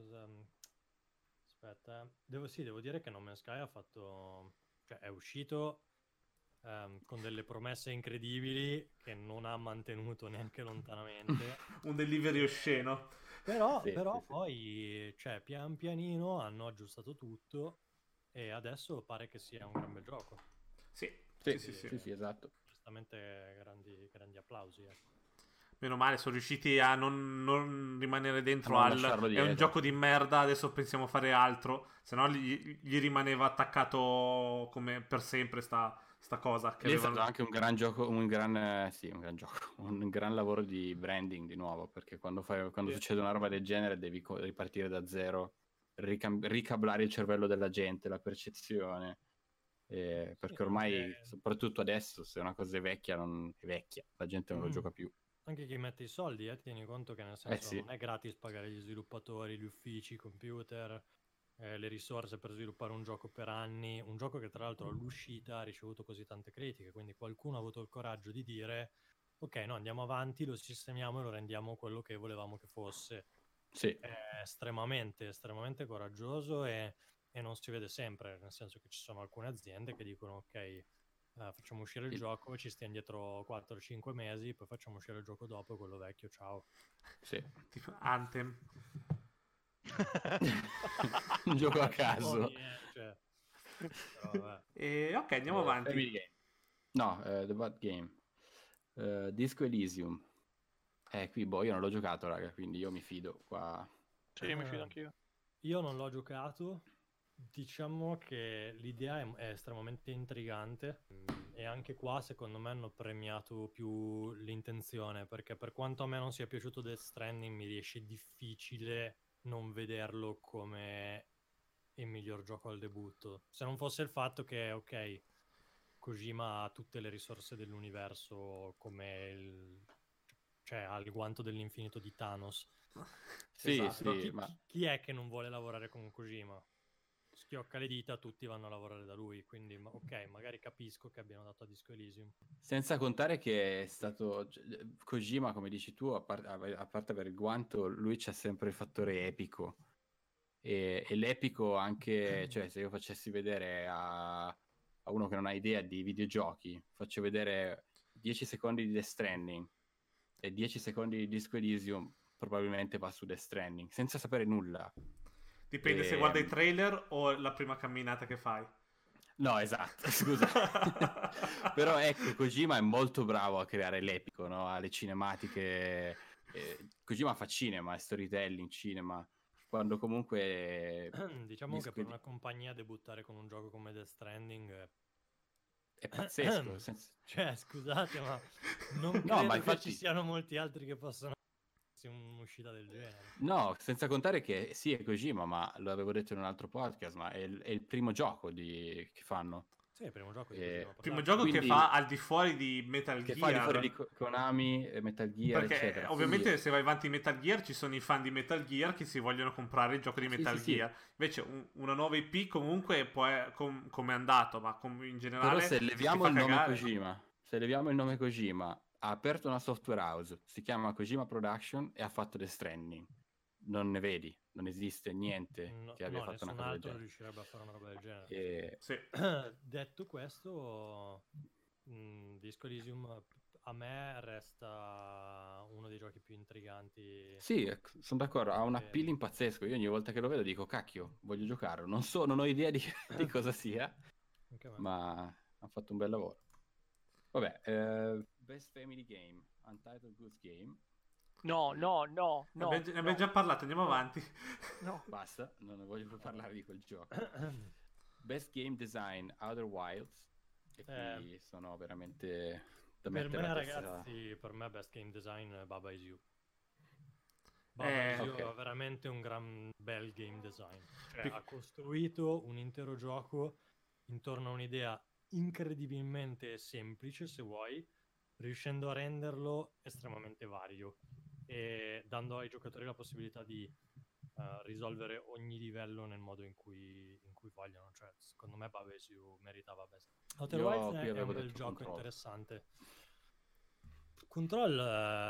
[SPEAKER 4] aspetta, devo dire che No Man's Sky ha fatto, cioè è uscito con delle promesse incredibili che non ha mantenuto neanche lontanamente.
[SPEAKER 2] Un delivery osceno.
[SPEAKER 4] Però
[SPEAKER 5] Sì.
[SPEAKER 4] poi, cioè, pian pianino hanno aggiustato tutto e adesso pare che sia un gran bel gioco.
[SPEAKER 2] Sì,
[SPEAKER 5] esatto.
[SPEAKER 4] Giustamente grandi applausi.
[SPEAKER 2] Meno male, sono riusciti a non rimanere dentro
[SPEAKER 5] non
[SPEAKER 2] al
[SPEAKER 5] lasciarlo
[SPEAKER 2] è un
[SPEAKER 5] dietro.
[SPEAKER 2] gioco di merda, adesso pensiamo a fare altro. Se no gli rimaneva attaccato come per sempre sta cosa. Che
[SPEAKER 5] Lì è
[SPEAKER 2] avevano...
[SPEAKER 5] stato anche un gran gioco, un gran gioco, un gran lavoro di branding di nuovo, perché quando succede una roba del genere devi ripartire da zero, ricablare il cervello della gente, la percezione. Perché ormai, soprattutto adesso, se una cosa è vecchia, non è vecchia, la gente non lo gioca più.
[SPEAKER 4] Anche chi mette i soldi, tieni conto che nel senso
[SPEAKER 5] sì.
[SPEAKER 4] non è gratis pagare gli sviluppatori, gli uffici, i computer, le risorse per sviluppare un gioco per anni, un gioco che tra l'altro all'uscita ha ricevuto così tante critiche, quindi qualcuno ha avuto il coraggio di dire ok, no, andiamo avanti, lo sistemiamo e lo rendiamo quello che volevamo che fosse.
[SPEAKER 5] Sì.
[SPEAKER 4] È estremamente coraggioso e non si vede sempre, nel senso che ci sono alcune aziende che dicono ok, facciamo uscire il gioco, ci stiamo dietro 4-5 mesi, poi facciamo uscire il gioco dopo, quello vecchio, ciao.
[SPEAKER 5] Sì.
[SPEAKER 2] Tipo Anthem.
[SPEAKER 5] Un gioco a caso.
[SPEAKER 4] Però,
[SPEAKER 2] ok, andiamo avanti.
[SPEAKER 5] No, The Bad Game. Disco Elysium. Qui io non l'ho giocato, raga, quindi io mi fido qua.
[SPEAKER 3] Sì, mi fido anch'io.
[SPEAKER 4] Io non l'ho giocato. Diciamo che l'idea è estremamente intrigante e anche qua secondo me hanno premiato più l'intenzione, perché per quanto a me non sia piaciuto Death Stranding mi riesce difficile non vederlo come il miglior gioco al debutto, se non fosse il fatto che ok, Kojima ha tutte le risorse dell'universo come cioè ha il guanto dell'infinito di Thanos.
[SPEAKER 5] Sì,
[SPEAKER 2] Esatto.
[SPEAKER 5] sì,
[SPEAKER 4] Chi è che non vuole lavorare con Kojima? Schiocca le dita, tutti vanno a lavorare da lui, quindi ok, magari capisco che abbiano dato a Disco Elysium.
[SPEAKER 5] Senza contare che è stato Kojima, come dici tu, a parte avere il guanto, lui c'ha sempre il fattore epico e l'epico anche, cioè se io facessi vedere a uno che non ha idea di videogiochi, faccio vedere 10 secondi di Death Stranding e 10 secondi di Disco Elysium, probabilmente va su Death Stranding senza sapere nulla.
[SPEAKER 2] Dipende se guarda i trailer o la prima camminata che fai.
[SPEAKER 5] No, esatto, scusa. Però ecco, Kojima è molto bravo a creare l'epico, no? Alle cinematiche. Kojima fa cinema, è storytelling, cinema. Quando comunque...
[SPEAKER 4] Diciamo che per una compagnia debuttare con un gioco come Death Stranding
[SPEAKER 5] è pazzesco.
[SPEAKER 4] Cioè, scusate, ma non credo che ci siano molti altri che possano un'uscita del genere.
[SPEAKER 5] No, senza contare che sì, è Kojima, ma lo avevo detto in un altro podcast, ma è il primo gioco che fanno.
[SPEAKER 4] Sì, il primo gioco di Kojima.
[SPEAKER 2] Primo gioco che fa al di fuori di Metal Gear.
[SPEAKER 5] Che fa al di fuori di Konami, Metal Gear,
[SPEAKER 2] perché,
[SPEAKER 5] eccetera.
[SPEAKER 2] ovviamente
[SPEAKER 5] quindi...
[SPEAKER 2] se vai avanti in Metal Gear ci sono i fan di Metal Gear che si vogliono comprare il gioco di Metal Gear. Sì. Invece una nuova IP comunque come è andato, ma in generale...
[SPEAKER 5] Però se leviamo il nome Kojima, ha aperto una software house, si chiama Kojima Production e ha fatto The Stranding. Non ne vedi, non esiste niente che abbia fatto una cosa del genere.
[SPEAKER 4] Riuscirebbe a fare una roba del genere.
[SPEAKER 2] Sì.
[SPEAKER 4] Detto questo, Disco Elysium a me resta uno dei giochi più intriganti.
[SPEAKER 5] Sì, sono d'accordo, ha un
[SPEAKER 4] Eh.
[SPEAKER 5] appealing pazzesco. Io ogni volta che lo vedo dico, cacchio, voglio giocarlo. Non ho idea di cosa sia,
[SPEAKER 4] Anche a me.
[SPEAKER 5] ma ha fatto un bel lavoro. Vabbè, Best Family Game, Untitled Goose Game.
[SPEAKER 3] No.
[SPEAKER 2] Ne abbiamo già parlato, andiamo avanti.
[SPEAKER 3] No.
[SPEAKER 5] Basta, non ne voglio più parlare di quel gioco. Best Game Design, Outer Wilds. E qui sono veramente da
[SPEAKER 4] Per
[SPEAKER 5] mettere
[SPEAKER 4] me,
[SPEAKER 5] la testa.
[SPEAKER 4] ragazzi, per me Best Game Design è Baba Is You. Baba Is You
[SPEAKER 5] ok.
[SPEAKER 4] è veramente un gran bel game design. Cioè,
[SPEAKER 2] Pic-
[SPEAKER 4] ha costruito un intero gioco intorno a un'idea incredibilmente semplice, se vuoi, riuscendo a renderlo estremamente vario e dando ai giocatori la possibilità di risolvere ogni livello nel modo in cui vogliono. Cioè, secondo me Baba Is You meritava Best. Outer
[SPEAKER 5] Io
[SPEAKER 4] Wilds
[SPEAKER 5] qui
[SPEAKER 4] è
[SPEAKER 5] avevo
[SPEAKER 4] un bel
[SPEAKER 5] detto
[SPEAKER 4] gioco
[SPEAKER 5] Control.
[SPEAKER 4] interessante. Control,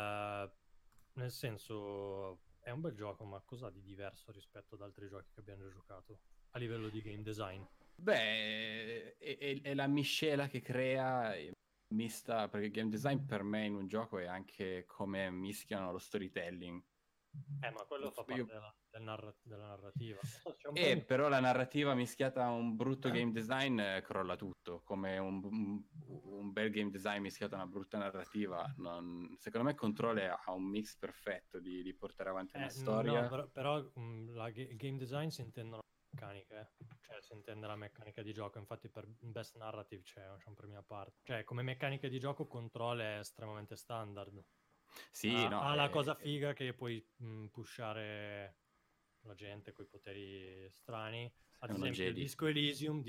[SPEAKER 4] nel senso, è un bel gioco, ma cosa di diverso rispetto ad altri giochi che abbiamo già giocato a livello di game design?
[SPEAKER 5] Beh, è la miscela che crea, mista, perché game design per me in un gioco è anche come mischiano lo storytelling.
[SPEAKER 4] Ma quello fa
[SPEAKER 5] Io-
[SPEAKER 4] parte della narrativa. C'è un po' di-
[SPEAKER 5] Però la narrativa mischiata a un brutto game design crolla tutto, come un bel game design mischiato a una brutta narrativa. Secondo me Control ha un mix perfetto di portare avanti una storia.
[SPEAKER 4] No, però il game design si intendono le meccaniche, cioè si intende la meccanica di gioco. Infatti per Best Narrative c'è un premio a parte. Cioè come meccanica di gioco Control è estremamente standard.
[SPEAKER 5] Sì, no,
[SPEAKER 4] ha la cosa figa che puoi pushare la gente con i poteri strani. Ad
[SPEAKER 5] è uno
[SPEAKER 4] esempio
[SPEAKER 5] Jedi.
[SPEAKER 4] Disco Elysium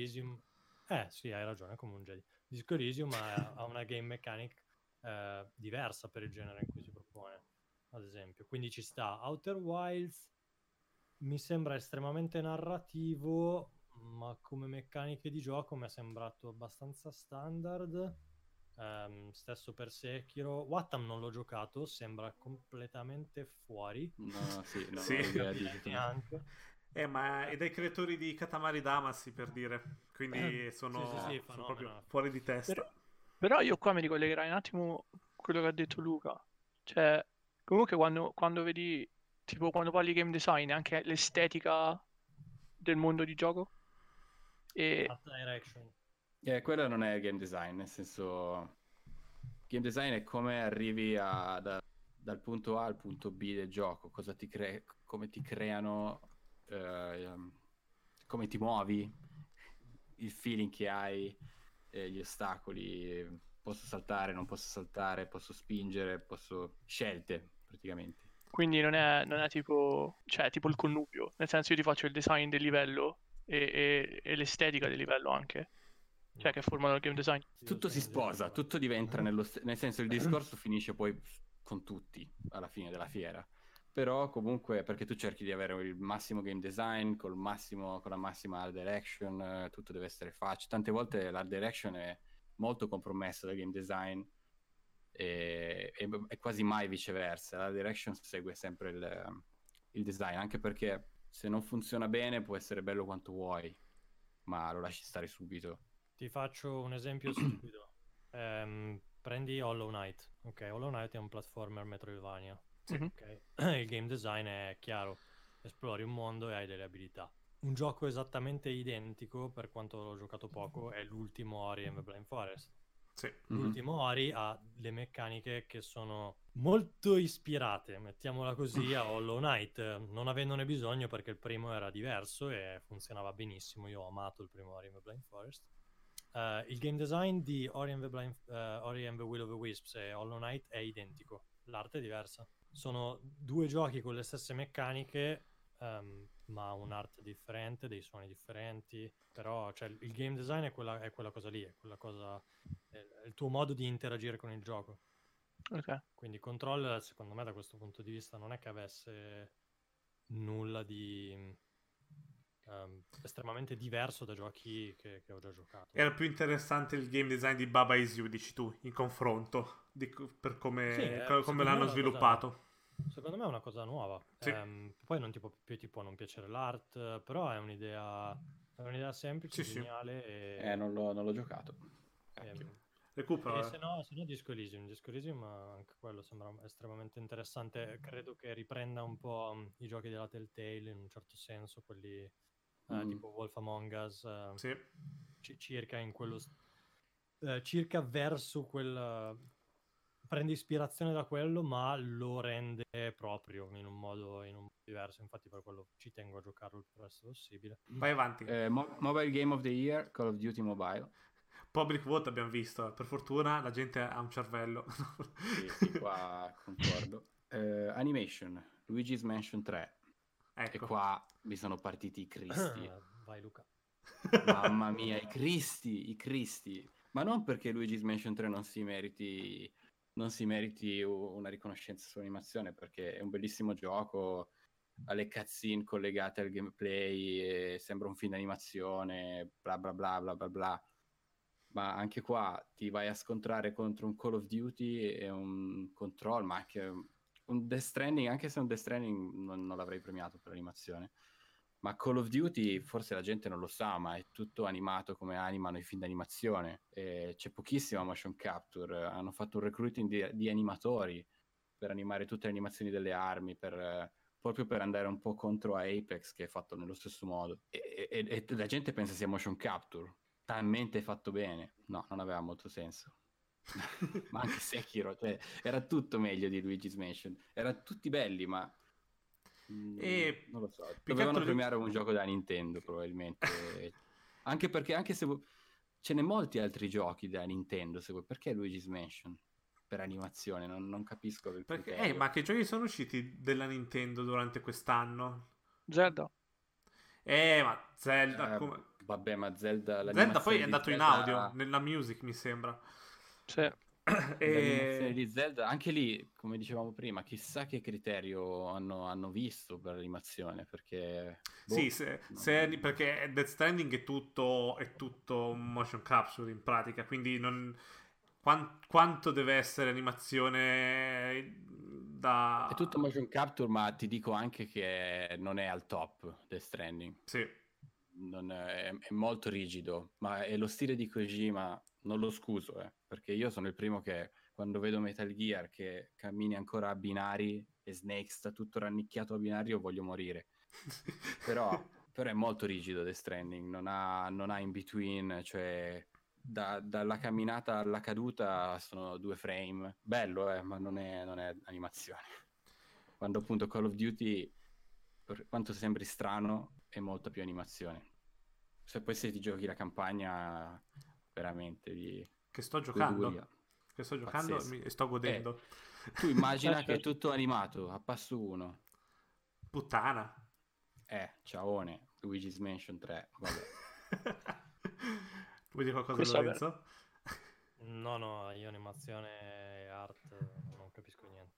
[SPEAKER 4] sì, hai ragione, è come un Jedi. Disco Elysium ha una game mechanic diversa per il genere in cui si propone, ad esempio. Quindi ci sta. Outer Wilds mi sembra estremamente narrativo, ma come meccaniche di gioco mi è sembrato abbastanza standard. Stesso per Sekiro. Wattam non l'ho giocato, sembra completamente fuori.
[SPEAKER 5] No, sì, non
[SPEAKER 2] Sì.
[SPEAKER 5] ho idea di
[SPEAKER 4] Neanche.
[SPEAKER 2] Ma è dai creatori di Katamari Damacy, per dire. Quindi sono,
[SPEAKER 4] Sì,
[SPEAKER 2] sono
[SPEAKER 4] fenomeno.
[SPEAKER 2] proprio fuori di testa.
[SPEAKER 3] Però io qua mi ricollegherai un attimo a quello che ha detto Luca. Cioè, comunque quando vedi, tipo quando parli di game design, anche l'estetica del mondo di gioco. E
[SPEAKER 4] Art direction.
[SPEAKER 5] Quello non è game design, nel senso, game design è come arrivi dal punto A al punto B del gioco, come ti creano, come ti muovi, il feeling che hai, gli ostacoli, posso saltare, non posso saltare, posso spingere, scelte praticamente.
[SPEAKER 3] quindi non è tipo, cioè, tipo il connubio. Nel senso io ti faccio il design del livello e l'estetica del livello anche. Cioè, che formano il game design.
[SPEAKER 5] Tutto si sposa, tutto diventa nel senso il discorso finisce poi con tutti alla fine della fiera. Però comunque perché tu cerchi di avere il massimo game design con la massima art direction, tutto deve essere facile. Tante volte l'art direction è molto compromessa dal game design e quasi mai viceversa. L'art direction segue sempre il design, anche perché se non funziona bene può essere bello quanto vuoi, ma lo lasci stare subito.
[SPEAKER 4] Ti faccio un esempio stupido. Prendi Hollow Knight. Ok, Hollow Knight è un platformer Metroidvania.
[SPEAKER 3] Mhm.
[SPEAKER 4] Ok. Il game design è chiaro. Esplori un mondo e hai delle abilità. Un gioco esattamente identico, per quanto l'ho giocato poco, è l'ultimo Ori and the Blind Forest.
[SPEAKER 2] Sì.
[SPEAKER 4] L'ultimo Ori ha le meccaniche che sono molto ispirate, mettiamola così, a Hollow Knight, non avendone bisogno perché il primo era diverso e funzionava benissimo. Io ho amato il primo Ori and the Blind Forest. Il game design di Ori and the Will of the Wisps e Hollow Knight è identico, l'arte è diversa. Sono due giochi con le stesse meccaniche, ma un'arte differente, dei suoni differenti. Però cioè, il game design è quella cosa lì, è il tuo modo di interagire con il gioco.
[SPEAKER 3] Ok.
[SPEAKER 4] Quindi Control, secondo me, da questo punto di vista non è che avesse nulla di estremamente diverso da giochi che ho già giocato.
[SPEAKER 2] Era più interessante il game design di Baba Is You, dici tu, in confronto per come,
[SPEAKER 4] Sì,
[SPEAKER 2] come l'hanno sviluppato.
[SPEAKER 4] Secondo me è una cosa nuova.
[SPEAKER 2] Sì.
[SPEAKER 4] Poi ti può non piacere l'art, però è un'idea semplice,
[SPEAKER 2] Sì, sì.
[SPEAKER 4] geniale.
[SPEAKER 5] Non l'ho giocato.
[SPEAKER 4] E
[SPEAKER 2] Recupero.
[SPEAKER 4] Se no Disco Elysium anche quello sembra estremamente interessante. Credo che riprenda un po' i giochi della Telltale in un certo senso, quelli tipo Wolf Among Us,
[SPEAKER 2] Sì.
[SPEAKER 4] circa in quello circa verso quel prende ispirazione da quello, ma lo rende proprio in un modo diverso. Infatti per quello ci tengo a giocarlo il più presto possibile.
[SPEAKER 2] Vai avanti.
[SPEAKER 5] Mobile Game of the Year, Call of Duty Mobile.
[SPEAKER 2] Public vote abbiamo visto, per fortuna la gente ha un cervello.
[SPEAKER 5] Sì, qua concordo. Animation, Luigi's Mansion 3.
[SPEAKER 2] Ecco.
[SPEAKER 5] E qua mi sono partiti i cristi.
[SPEAKER 4] Vai Luca.
[SPEAKER 5] Mamma mia, i cristi. Ma non perché Luigi's Mansion 3 non si meriti una riconoscenza sull'animazione, perché è un bellissimo gioco, ha le cutscene collegate al gameplay, sembra un film d'animazione, bla bla bla bla bla bla. Ma anche qua ti vai a scontrare contro un Call of Duty e un Control, ma anche un Death Stranding, anche se un Death Stranding non l'avrei premiato per l'animazione. Ma Call of Duty forse la gente non lo sa, ma è tutto animato come animano i film d'animazione. C'è pochissima motion capture, hanno fatto un recruiting di animatori per animare tutte le animazioni delle armi, proprio per andare un po' contro a Apex, che è fatto nello stesso modo. E la gente pensa sia motion capture, talmente fatto bene. No, non aveva molto senso. Ma anche Sekiro, cioè, era tutto meglio di Luigi's Mansion. Erano tutti belli, ma
[SPEAKER 2] E
[SPEAKER 5] non lo so,
[SPEAKER 2] più che
[SPEAKER 5] dovevano
[SPEAKER 2] altro
[SPEAKER 5] premiare un gioco da Nintendo probabilmente. Anche perché, anche se ce ne molti altri giochi da Nintendo, se vuoi, perché Luigi's Mansion per animazione? Non capisco il
[SPEAKER 2] perché,
[SPEAKER 5] criterio.
[SPEAKER 2] ma che giochi sono usciti della Nintendo durante quest'anno?
[SPEAKER 3] Zelda.
[SPEAKER 2] Ma Zelda
[SPEAKER 5] Vabbè, ma Zelda,
[SPEAKER 2] Zelda poi
[SPEAKER 5] l'animazione
[SPEAKER 2] è
[SPEAKER 5] di
[SPEAKER 2] andato in
[SPEAKER 5] Zelda,
[SPEAKER 2] audio, nella music mi sembra.
[SPEAKER 3] Sì.
[SPEAKER 5] l'animazione di Zelda, anche lì, come dicevamo prima, chissà che criterio hanno visto per l'animazione, perché
[SPEAKER 2] Sì, perché Death Stranding è tutto motion capture in pratica, quindi quanto deve essere animazione da...
[SPEAKER 5] è tutto motion capture, ma ti dico anche che non è al top Death Stranding.
[SPEAKER 2] Sì.
[SPEAKER 5] È molto rigido, ma è lo stile di Kojima, non lo scuso, perché io sono il primo che quando vedo Metal Gear che cammini ancora a binari e Snake sta tutto rannicchiato a binari, io voglio morire. Però è molto rigido Death Stranding, non ha in between, cioè dalla camminata alla caduta sono 2 frame. Bello, ma non è animazione. Quando appunto Call of Duty, per quanto sembri strano, è molta più animazione. Se ti giochi la campagna, veramente
[SPEAKER 2] Che sto giocando
[SPEAKER 5] goduria.
[SPEAKER 2] e sto godendo.
[SPEAKER 5] Tu immagina che è tutto animato a passo 1.
[SPEAKER 2] Puttana.
[SPEAKER 5] Ciaone, Luigi's Mansion 3, vabbè.
[SPEAKER 2] Vuoi dire qualcosa,
[SPEAKER 3] Questo
[SPEAKER 2] Lorenzo?
[SPEAKER 4] No, io animazione e art non capisco niente.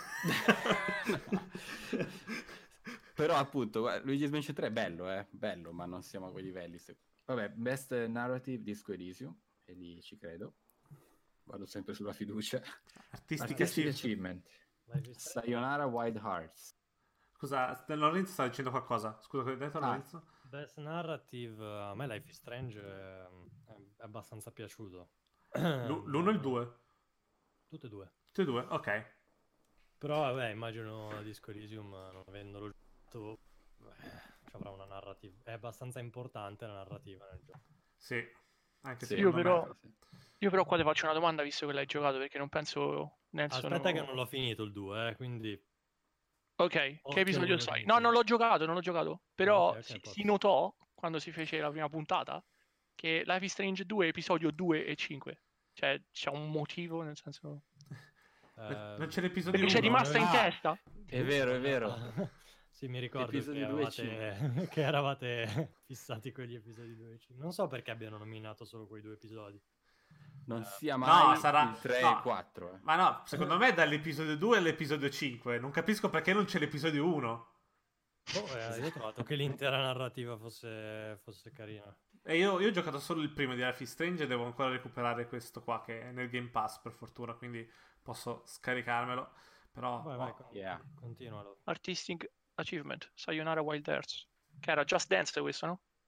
[SPEAKER 5] Però appunto Luigi's Mansion 3 è bello, ma non siamo a quei livelli. Vabbè, Best Narrative Disco Elysium, e lì ci credo, vado sempre sulla fiducia.
[SPEAKER 2] Artistic
[SPEAKER 5] Achievement. Sayonara Wild Hearts.
[SPEAKER 2] Scusa, Lorenzo sta dicendo qualcosa. Scusa, che hai detto, Lorenzo?
[SPEAKER 4] Best Narrative, a me Life is Strange è abbastanza piaciuto.
[SPEAKER 2] L'1 e il 2?
[SPEAKER 4] Tutte e due.
[SPEAKER 2] Tutte e due, ok.
[SPEAKER 4] Però vabbè, immagino Disco Elysium, non avendolo giocato, ci avrà una narrativa. È abbastanza importante la narrativa nel gioco.
[SPEAKER 2] Sì, anche
[SPEAKER 5] Sì,
[SPEAKER 2] secondo
[SPEAKER 3] Io però qua ti faccio una domanda visto che l'hai giocato, perché non penso...
[SPEAKER 4] Aspetta che non l'ho finito il 2, quindi...
[SPEAKER 3] Ok, che episodio
[SPEAKER 4] quello
[SPEAKER 3] sai?
[SPEAKER 4] che
[SPEAKER 3] No,
[SPEAKER 4] dici.
[SPEAKER 3] non l'ho giocato. Però
[SPEAKER 4] ok,
[SPEAKER 3] si notò, quando si fece la prima puntata, che Life is Strange 2, episodio 2 e 5. Cioè, c'è un motivo, nel senso...
[SPEAKER 2] Non c'è l'episodio
[SPEAKER 3] Perché
[SPEAKER 2] 1.
[SPEAKER 3] c'è rimasta in
[SPEAKER 5] Ah,
[SPEAKER 3] testa.
[SPEAKER 5] È vero.
[SPEAKER 4] Sì, mi ricordo
[SPEAKER 5] Episodio 2 e
[SPEAKER 4] che eravate fissati con gli episodi 2 e 5. Non so perché abbiano nominato solo quei 2 episodi.
[SPEAKER 5] Non sia mai
[SPEAKER 2] sarà
[SPEAKER 5] il 3
[SPEAKER 2] no.
[SPEAKER 5] e il 4.
[SPEAKER 2] Ma no, secondo me è dall'episodio 2 all'episodio 5. Non capisco perché non c'è l'episodio 1.
[SPEAKER 4] Io ho trovato che l'intera narrativa fosse carina.
[SPEAKER 2] E io ho giocato solo il primo di Life is Strange e devo ancora recuperare questo qua che è nel Game Pass per fortuna, quindi posso scaricarmelo. Però
[SPEAKER 4] Vai,
[SPEAKER 5] Yeah.
[SPEAKER 4] continualo.
[SPEAKER 3] Artistic Achievement, Sayonara Wild Hearts. Che era Just Dance questo, no?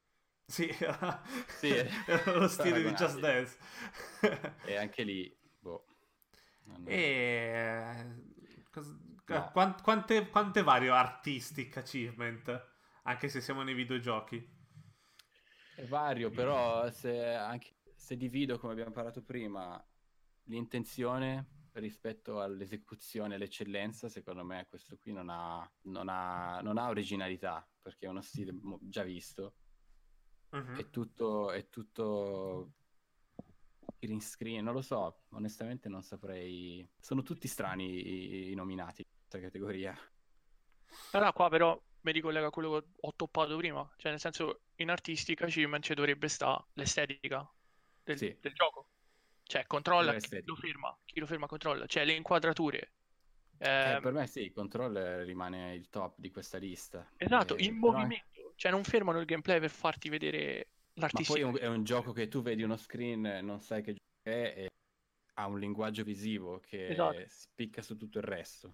[SPEAKER 2] Sì,
[SPEAKER 5] Sì,
[SPEAKER 2] era lo stile di Just
[SPEAKER 5] paragonabile.
[SPEAKER 2] Dance.
[SPEAKER 5] E anche lì, boh. non-
[SPEAKER 2] E
[SPEAKER 5] No.
[SPEAKER 2] quante varie artistic achievement, anche se siamo nei videogiochi.
[SPEAKER 5] È vario, però anche se divido, come abbiamo parlato prima, l'intenzione rispetto all'esecuzione e l'eccellenza, secondo me questo qui non ha originalità, perché è uno stile già visto.
[SPEAKER 2] Mhm.
[SPEAKER 5] È tutto green screen, non lo so, onestamente non saprei. Sono tutti strani i nominati in questa categoria.
[SPEAKER 3] Allora qua però mi ricollega a quello che ho toppato prima, cioè nel senso in artistica achievement ci dovrebbe stare l'estetica
[SPEAKER 5] Sì,
[SPEAKER 3] del gioco, cioè
[SPEAKER 5] quello
[SPEAKER 3] controlla
[SPEAKER 5] è estetico.
[SPEAKER 3] chi lo ferma controlla, cioè le inquadrature.
[SPEAKER 5] Per me sì, Control rimane il top di questa lista.
[SPEAKER 3] Esatto, il
[SPEAKER 5] Però
[SPEAKER 3] movimento, cioè non fermano il gameplay per farti vedere
[SPEAKER 5] Ma poi è
[SPEAKER 3] l'artistica.
[SPEAKER 5] un gioco che tu vedi uno screen, non sai che gioco è, e ha un linguaggio visivo
[SPEAKER 3] Esatto.
[SPEAKER 5] che spicca su tutto il resto.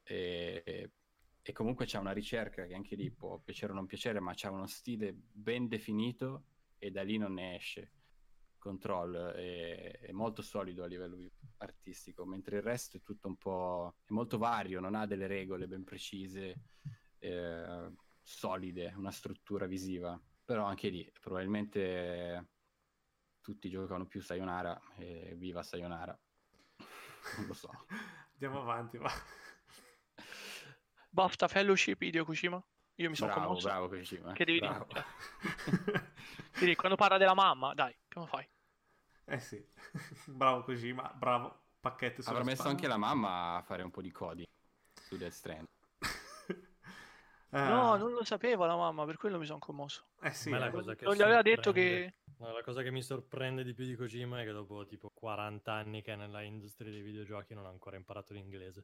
[SPEAKER 5] E comunque c'è una ricerca che anche lì può piacere o non piacere, ma c'ha uno stile ben definito e da lì non ne esce. Control è molto solido a livello artistico, mentre il resto è tutto un po'. È molto vario, non ha delle regole ben precise, solide, una struttura visiva. Però anche lì probabilmente tutti giocano più Sayonara e viva Sayonara. Non lo so.
[SPEAKER 2] Andiamo avanti, va.
[SPEAKER 3] BAFTA Fellowship Hideo Kojima. Io mi sono commosso.
[SPEAKER 5] Bravo Kojima.
[SPEAKER 3] Che devi
[SPEAKER 5] Bravo.
[SPEAKER 3] dire? Quindi quando parla della mamma, dai, come fai?
[SPEAKER 2] Eh sì, bravo Kojima, bravo, pacchetto sulla
[SPEAKER 5] Avrà messo
[SPEAKER 2] spalla.
[SPEAKER 5] anche la mamma a fare un po' di codi su Death Stranding.
[SPEAKER 3] No, non lo sapeva la mamma, per quello mi sono commosso.
[SPEAKER 2] Sì,
[SPEAKER 4] Ma la cosa che
[SPEAKER 3] Non gli aveva detto
[SPEAKER 4] sorprende-
[SPEAKER 3] che...
[SPEAKER 4] no, la cosa che mi sorprende di più di Kojima è che dopo tipo 40 anni che è nella industria dei videogiochi non ha ancora imparato l'inglese.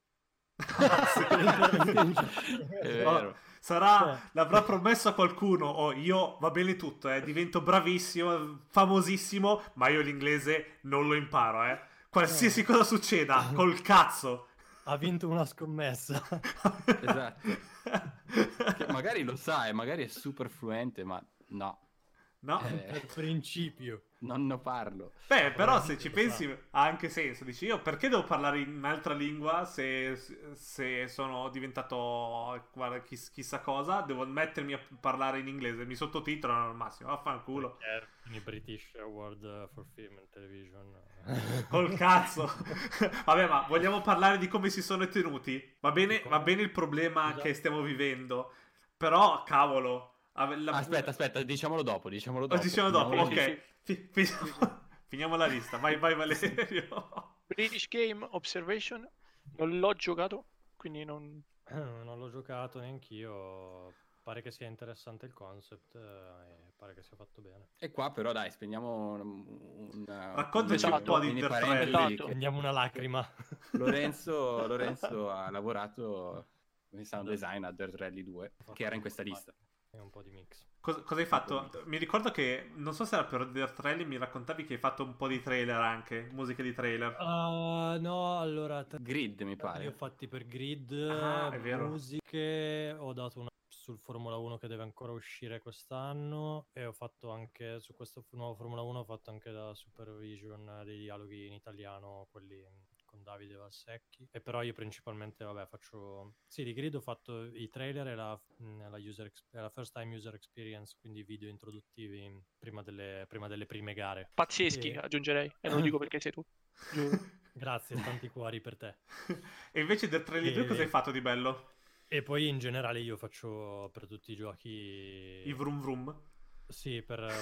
[SPEAKER 5] È vero.
[SPEAKER 2] L'avrà promesso a qualcuno. Io va bene tutto, divento bravissimo, famosissimo, ma io l'inglese non lo imparo, qualsiasi cosa succeda, col cazzo.
[SPEAKER 4] Ha vinto una scommessa.
[SPEAKER 5] Esatto. Che magari lo sa e magari è super fluente, ma no.
[SPEAKER 2] No.
[SPEAKER 4] Per principio.
[SPEAKER 5] Non ne parlo.
[SPEAKER 2] Beh, però se
[SPEAKER 4] Probabilmente
[SPEAKER 2] ci
[SPEAKER 4] lo
[SPEAKER 2] pensi
[SPEAKER 4] sa.
[SPEAKER 2] ha anche senso. Dici, io perché devo parlare in un'altra lingua se sono diventato chissà cosa? Devo mettermi a parlare in inglese, mi sottotitolano al massimo, vaffanculo.
[SPEAKER 4] I British Award for Film and Television.
[SPEAKER 2] Col cazzo. Vabbè, ma vogliamo parlare di come si sono tenuti? Va bene il problema
[SPEAKER 4] Esatto.
[SPEAKER 2] che stiamo vivendo. Però, cavolo.
[SPEAKER 5] Aspetta, diciamolo dopo.
[SPEAKER 2] Diciamo dopo, ok.
[SPEAKER 3] Sì.
[SPEAKER 2] Finiamo la lista. Vai Valerio.
[SPEAKER 3] British Game Observation, non l'ho giocato, quindi non...
[SPEAKER 4] Non l'ho giocato neanch'io. Pare che sia interessante il concept e pare che sia fatto bene.
[SPEAKER 5] E qua però dai, spendiamo
[SPEAKER 2] Raccontaci un po' di
[SPEAKER 5] mini
[SPEAKER 2] Dirt
[SPEAKER 5] parentesi
[SPEAKER 2] Rally.
[SPEAKER 5] che
[SPEAKER 4] Prendiamo una lacrima.
[SPEAKER 5] Lorenzo ha lavorato come sound design a Dirt Rally 2, che era in questa lista.
[SPEAKER 4] È un po' di mix.
[SPEAKER 2] Cosa hai fatto? Mi ricordo che, non so se era per Dirt Rally, mi raccontavi che hai fatto un po' di trailer anche, musiche di trailer.
[SPEAKER 4] No, allora...
[SPEAKER 5] Grid mi
[SPEAKER 4] Li ho
[SPEAKER 5] pare.
[SPEAKER 4] fatti per Grid,
[SPEAKER 2] È vero.
[SPEAKER 4] musiche, ho dato una sul Formula 1 che deve ancora uscire quest'anno e ho fatto anche su questo nuovo Formula 1 ho fatto anche la supervision dei dialoghi in italiano, quelli con Davide Valsecchi. E però io principalmente faccio di Grid ho fatto i trailer e la first time user experience, quindi video introduttivi prima delle prime gare.
[SPEAKER 3] Pazzeschi, aggiungerei, e non lo dico perché sei tu.
[SPEAKER 4] Grazie, tanti cuori per te.
[SPEAKER 2] E invece Dirt Rally 2 cosa hai fatto di bello?
[SPEAKER 4] E poi in generale io faccio per tutti i giochi
[SPEAKER 2] I vroom vroom?
[SPEAKER 4] Sì,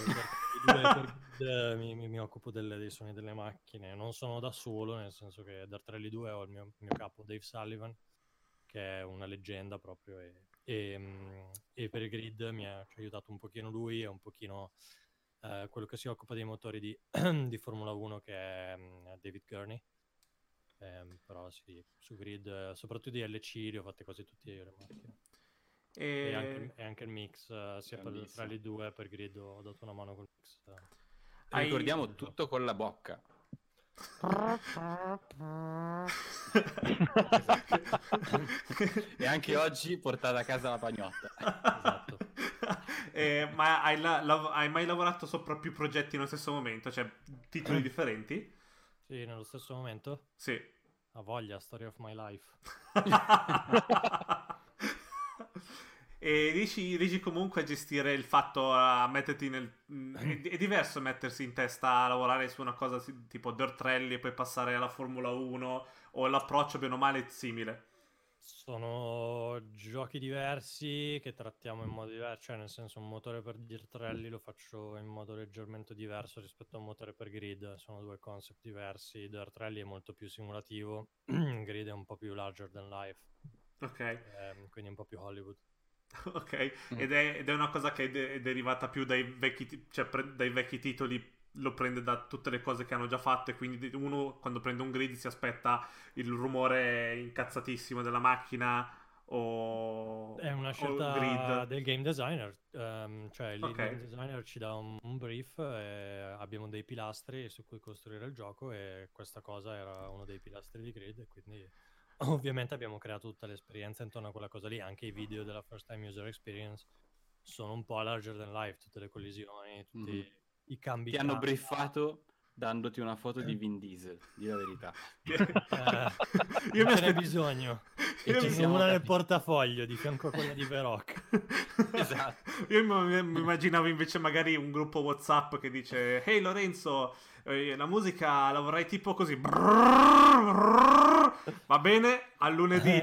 [SPEAKER 4] mi occupo dei suoni delle macchine. Non sono da solo, nel senso che Dirt Rally 2 ho il mio capo Dave Sullivan, che è una leggenda proprio, e per il Grid mi ha aiutato un pochino lui e un pochino quello che si occupa dei motori di Formula 1, che è David Gurney. Però sì, su Grid, soprattutto di LC, li ho fatte quasi tutte io le macchine. E anche il mix, sia per Dirt Rally 2 per Grid ho dato una mano col mix.
[SPEAKER 5] Ricordiamo tutto con la bocca.
[SPEAKER 4] Esatto.
[SPEAKER 5] E anche oggi portata a casa la pagnotta.
[SPEAKER 4] Esatto.
[SPEAKER 2] Ma hai mai lavorato sopra più progetti nello stesso momento? Cioè, titoli differenti?
[SPEAKER 4] Sì, nello stesso momento?
[SPEAKER 2] Sì.
[SPEAKER 4] Ha voglia, Story of My Life.
[SPEAKER 2] E riesci comunque a gestire il fatto a metterti è diverso mettersi in testa a lavorare su una cosa tipo Dirt Rally e poi passare alla Formula 1, o l'approccio bene o male è simile?
[SPEAKER 4] Sono giochi diversi che trattiamo in modo diverso, cioè nel senso un motore per Dirt Rally lo faccio in modo leggermente diverso rispetto a un motore per Grid, sono due concept diversi. Dirt Rally è molto più simulativo, Grid è un po' più larger than life,
[SPEAKER 2] Ok.
[SPEAKER 4] quindi un po' più Hollywood.
[SPEAKER 2] Ok, ed è una cosa che è derivata più dai dai vecchi titoli, lo prende da tutte le cose che hanno già fatto, e quindi uno quando prende un grid si aspetta il rumore incazzatissimo della macchina
[SPEAKER 4] È una
[SPEAKER 2] o
[SPEAKER 4] scelta
[SPEAKER 2] grid.
[SPEAKER 4] del game designer, cioè il
[SPEAKER 2] Ok,
[SPEAKER 4] game designer ci dà un brief, e abbiamo dei pilastri su cui costruire il gioco e questa cosa era uno dei pilastri di Grid e quindi ovviamente abbiamo creato tutta l'esperienza intorno a quella cosa lì, anche i video della first time user experience sono un po' larger than life, tutte le collisioni, tutti i cambi
[SPEAKER 5] Ti hanno
[SPEAKER 4] camera.
[SPEAKER 5] briefato dandoti una foto di Vin Diesel, di la verità.
[SPEAKER 2] io
[SPEAKER 4] Non
[SPEAKER 2] mi
[SPEAKER 4] ce n'è
[SPEAKER 2] aspetta.
[SPEAKER 4] bisogno.
[SPEAKER 5] E
[SPEAKER 4] Ce
[SPEAKER 5] ci
[SPEAKER 4] n'è
[SPEAKER 5] siamo
[SPEAKER 4] una nel
[SPEAKER 5] capiti.
[SPEAKER 4] portafoglio di fianco a quella di Veroc.
[SPEAKER 5] Esatto.
[SPEAKER 2] Io mi immaginavo invece magari un gruppo WhatsApp che dice: Hey Lorenzo, la musica la vorrei tipo così. Va bene, a lunedì.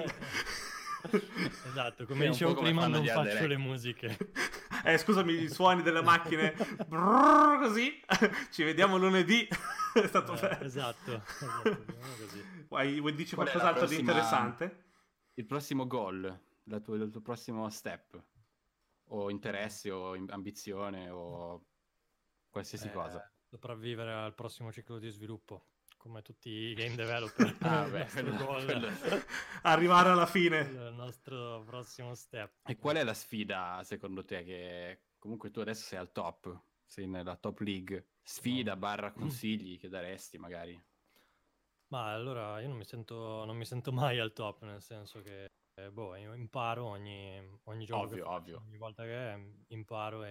[SPEAKER 4] Esatto,
[SPEAKER 5] Che
[SPEAKER 4] come
[SPEAKER 5] è un
[SPEAKER 4] dicevo
[SPEAKER 5] po' come
[SPEAKER 4] prima,
[SPEAKER 5] fanno
[SPEAKER 4] non
[SPEAKER 5] gli
[SPEAKER 4] faccio
[SPEAKER 5] Under
[SPEAKER 4] le
[SPEAKER 5] X.
[SPEAKER 4] musiche.
[SPEAKER 2] Scusami, i suoni delle macchine. Così. Ci vediamo lunedì. È stato bello.
[SPEAKER 4] Esatto, diciamo così.
[SPEAKER 2] Vuoi dici
[SPEAKER 5] Qual è la
[SPEAKER 2] qualcos'altro di
[SPEAKER 5] prossima-
[SPEAKER 2] interessante?
[SPEAKER 5] Il prossimo goal, il tuo prossimo step, o interesse, o ambizione, o qualsiasi cosa.
[SPEAKER 4] Sopravvivere al prossimo ciclo di sviluppo, come tutti i game developer.
[SPEAKER 5] Ah,
[SPEAKER 4] Il
[SPEAKER 5] beh,
[SPEAKER 4] nostro goal.
[SPEAKER 2] Arrivare alla
[SPEAKER 4] Quello
[SPEAKER 2] fine.
[SPEAKER 4] è il nostro prossimo step.
[SPEAKER 5] E qual è la sfida, secondo te, che comunque tu adesso sei al top, sei nella top league, sfida / consigli che daresti magari?
[SPEAKER 4] Ma allora io non mi sento mai al top, nel senso che io imparo ogni gioco che
[SPEAKER 5] Ovvio,
[SPEAKER 4] faccio,
[SPEAKER 5] ovvio.
[SPEAKER 4] ogni volta che imparo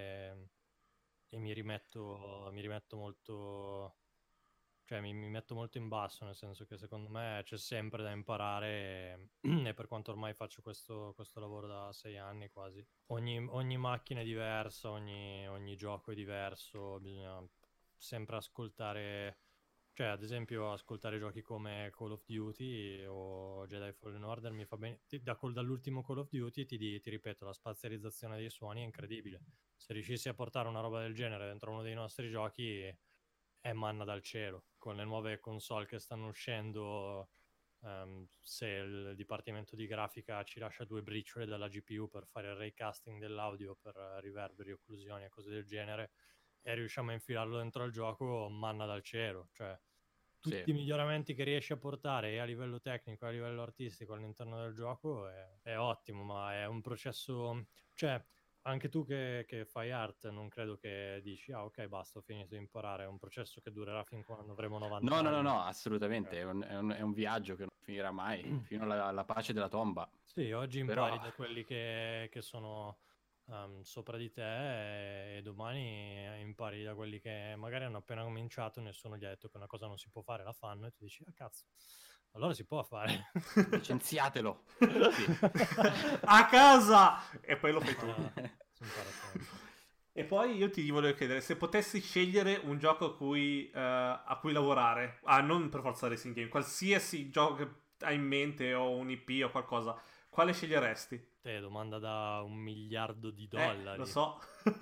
[SPEAKER 4] e mi rimetto molto, cioè mi metto molto in basso, nel senso che secondo me c'è sempre da imparare e per quanto ormai faccio questo lavoro da 6 anni quasi, ogni macchina è diversa, ogni gioco è diverso, bisogna sempre ascoltare, cioè ad esempio ascoltare giochi come Call of Duty o Jedi Fallen Order mi fa bene, dall'ultimo Call of Duty ti ripeto, la spazializzazione dei suoni è incredibile, se riuscissi a portare una roba del genere dentro uno dei nostri giochi è manna dal cielo. Con le nuove console che stanno uscendo, se il dipartimento di grafica ci lascia 2 briciole dalla GPU per fare il raycasting dell'audio, per riverberi, occlusioni e cose del genere, e riusciamo a infilarlo dentro al gioco, manna dal cielo. Cioè, tutti
[SPEAKER 5] Sì.
[SPEAKER 4] i miglioramenti che riesci a portare a livello tecnico e a livello artistico all'interno del gioco è ottimo, ma è un processo... Cioè, anche tu che fai art, non credo che dici, ah ok, basta, ho finito di imparare, è un processo che durerà fin quando avremo 90 anni.
[SPEAKER 5] No, assolutamente, è un viaggio che non finirà mai, fino alla pace della tomba.
[SPEAKER 4] Sì, oggi impari
[SPEAKER 5] Però
[SPEAKER 4] da quelli che sono sopra di te e domani impari da quelli che magari hanno appena cominciato, nessuno gli ha detto che una cosa non si può fare, la fanno e tu dici, ah cazzo, allora si può fare.
[SPEAKER 5] licenziatelo. Sì.
[SPEAKER 2] A casa! E poi lo fai tu.
[SPEAKER 4] Si impara sempre.
[SPEAKER 2] E poi io ti volevo chiedere, se potessi scegliere un gioco a cui lavorare, non per forza racing game, qualsiasi gioco che hai in mente o un IP o qualcosa, quale sceglieresti?
[SPEAKER 4] Te, domanda da $1 miliardo.
[SPEAKER 2] Lo so.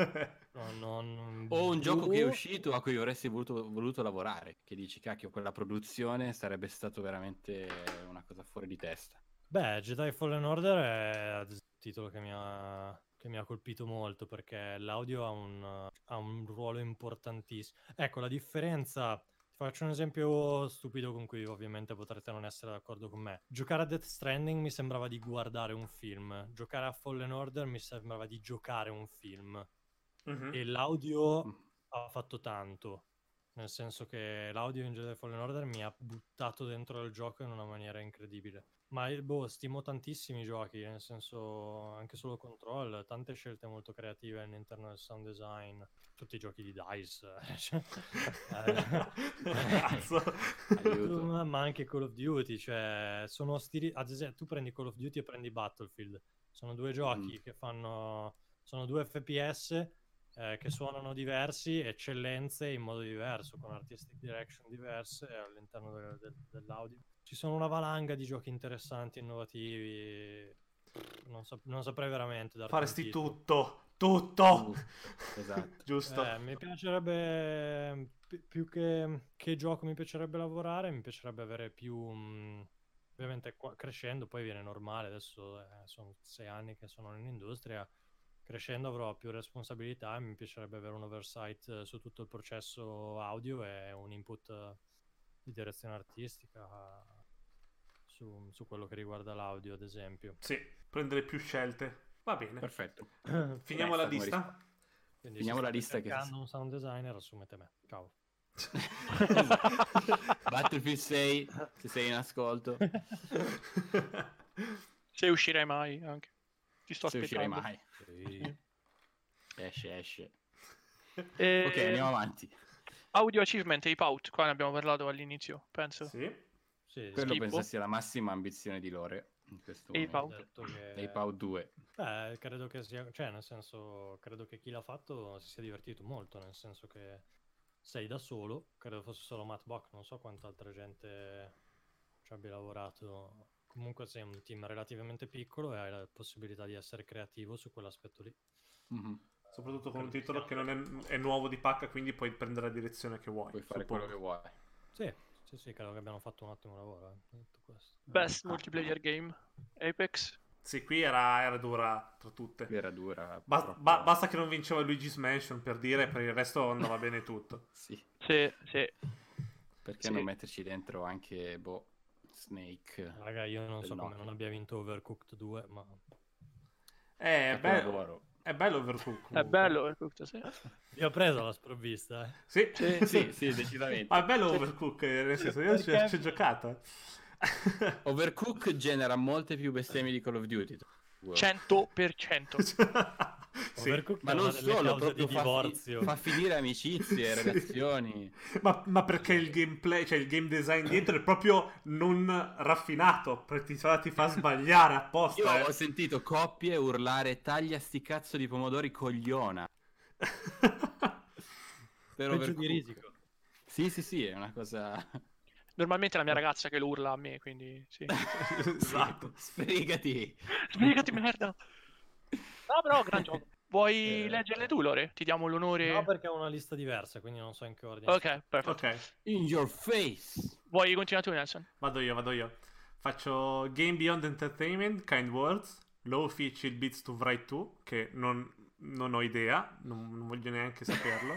[SPEAKER 5] O un gioco che è uscito a cui avresti voluto lavorare, che dici, cacchio, quella produzione sarebbe stato veramente una cosa fuori di testa.
[SPEAKER 4] Beh, Jedi Fallen Order è ad esempio un titolo che mi ha colpito molto perché l'audio ha un ruolo importantissimo. Ecco, la differenza, ti faccio un esempio stupido con cui ovviamente potrete non essere d'accordo con me. Giocare a Death Stranding mi sembrava di guardare un film, giocare a Fallen Order mi sembrava di giocare un film.
[SPEAKER 2] Mhm.
[SPEAKER 4] E l'audio ha fatto tanto, nel senso che l'audio in Jedi Fallen Order mi ha buttato dentro il gioco in una maniera incredibile. Ma boh, stimo tantissimi giochi, nel senso anche solo Control, tante scelte molto creative all'interno del sound design, tutti i giochi di DICE, cioè,
[SPEAKER 2] Cazzo.
[SPEAKER 5] Aiuto.
[SPEAKER 4] ma anche Call of Duty, cioè sono stili, ad esempio tu prendi Call of Duty e prendi Battlefield, sono due giochi che sono due FPS che suonano diversi, eccellenze in modo diverso, con artistic direction diverse all'interno dell'audio. Ci sono una valanga di giochi interessanti, innovativi. Non saprei veramente darti un
[SPEAKER 2] Faresti
[SPEAKER 4] titolo.
[SPEAKER 2] tutto.
[SPEAKER 5] Esatto.
[SPEAKER 2] Giusto.
[SPEAKER 4] Mi piacerebbe più che gioco mi piacerebbe lavorare, mi piacerebbe avere più ovviamente crescendo poi viene normale, adesso sono 6 anni che sono in industria, crescendo avrò più responsabilità e mi piacerebbe avere un oversight su tutto il processo audio e un input di direzione artistica su quello che riguarda l'audio, ad esempio.
[SPEAKER 2] Sì, prendere più scelte. Va bene.
[SPEAKER 5] Perfetto.
[SPEAKER 2] Finiamo la lista.
[SPEAKER 4] Quindi
[SPEAKER 5] Finiamo
[SPEAKER 4] se
[SPEAKER 5] la
[SPEAKER 4] state
[SPEAKER 5] lista che
[SPEAKER 4] cercando un sound designer, assumete me. Ciao.
[SPEAKER 5] Battlefield 6, se sei in ascolto.
[SPEAKER 3] Se uscirai mai anche. Ti sto
[SPEAKER 5] Se uscirei
[SPEAKER 3] aspettando.
[SPEAKER 5] mai. Esce.
[SPEAKER 3] E...
[SPEAKER 5] Ok, andiamo avanti.
[SPEAKER 3] Audio achievement e Ape Out, qua ne abbiamo parlato all'inizio, penso.
[SPEAKER 2] Sì.
[SPEAKER 4] Sì,
[SPEAKER 5] Quello
[SPEAKER 3] Schifo.
[SPEAKER 5] penso sia la massima ambizione di Lore in questo
[SPEAKER 3] Ape
[SPEAKER 5] momento.
[SPEAKER 3] Out.
[SPEAKER 4] ho detto che...
[SPEAKER 5] Ape Out 2.
[SPEAKER 4] credo che sia, cioè nel senso, credo che chi l'ha fatto si sia divertito molto, nel senso che sei da solo, credo fosse solo Matt Bock, non so quanta altra gente ci abbia lavorato. Comunque sei un team relativamente piccolo e hai la possibilità di essere creativo su quell'aspetto lì.
[SPEAKER 5] Mhm.
[SPEAKER 2] Soprattutto con un titolo che non è nuovo di pacca, quindi puoi prendere la direzione che vuoi.
[SPEAKER 5] Puoi fare
[SPEAKER 2] suppongo.
[SPEAKER 5] quello che vuoi.
[SPEAKER 4] Sì, credo che abbiano fatto un ottimo lavoro. Tutto questo.
[SPEAKER 3] Best multiplayer game, Apex.
[SPEAKER 2] Sì, qui era dura tra tutte.
[SPEAKER 5] Era dura.
[SPEAKER 2] Basta che non vinceva Luigi's Mansion per dire, per il resto andava bene tutto.
[SPEAKER 5] Sì.
[SPEAKER 3] Sì.
[SPEAKER 5] Perché
[SPEAKER 3] Sì.
[SPEAKER 5] non metterci dentro anche Snake?
[SPEAKER 4] Raga, io non so come
[SPEAKER 5] Nokia.
[SPEAKER 4] non abbia vinto Overcooked 2, ma...
[SPEAKER 2] È
[SPEAKER 5] Capolavoro.
[SPEAKER 2] bello Overcooked.
[SPEAKER 3] È
[SPEAKER 2] comunque.
[SPEAKER 3] bello Overcooked, sì.
[SPEAKER 4] Io ho preso la sprovvista,
[SPEAKER 2] Sì.
[SPEAKER 5] Sì, decisamente.
[SPEAKER 2] Ma è bello Overcooked, nel senso, io ci ho giocato.
[SPEAKER 5] Overcooked genera molte più bestemmie di Call of Duty.
[SPEAKER 3] 100%.
[SPEAKER 2] Sì.
[SPEAKER 4] Overcooked
[SPEAKER 5] Ma
[SPEAKER 4] è
[SPEAKER 5] non
[SPEAKER 4] una delle
[SPEAKER 5] solo,
[SPEAKER 4] cause
[SPEAKER 5] proprio
[SPEAKER 4] di divorzio.
[SPEAKER 5] fa finire amicizie,
[SPEAKER 2] Sì.
[SPEAKER 5] relazioni.
[SPEAKER 2] Ma perché il gameplay, cioè il game design dietro è proprio non raffinato, ti fa sbagliare apposta.
[SPEAKER 5] Io ho sentito coppie urlare taglia sti cazzo di pomodori cogliona. Per
[SPEAKER 4] Peggio di
[SPEAKER 5] Overcooked.
[SPEAKER 4] Risico.
[SPEAKER 5] Sì, è una cosa...
[SPEAKER 3] Normalmente è la mia ragazza che lo urla a me, quindi sì.
[SPEAKER 2] Esatto.
[SPEAKER 5] Sbrigati.
[SPEAKER 3] Sbrigati merda. No, però gran gioco. Vuoi leggerle tu, Lore? Ti diamo l'onore.
[SPEAKER 4] No, perché ho una lista diversa, quindi non so in che ordine.
[SPEAKER 3] Ok, perfetto.
[SPEAKER 2] Ok,
[SPEAKER 5] In your face.
[SPEAKER 3] Vuoi continuare tu, Nelson?
[SPEAKER 2] vado io. Faccio Game Beyond Entertainment, Kind Words, Low-Fi Chill Beats to Write 2, che non ho idea, non voglio neanche saperlo.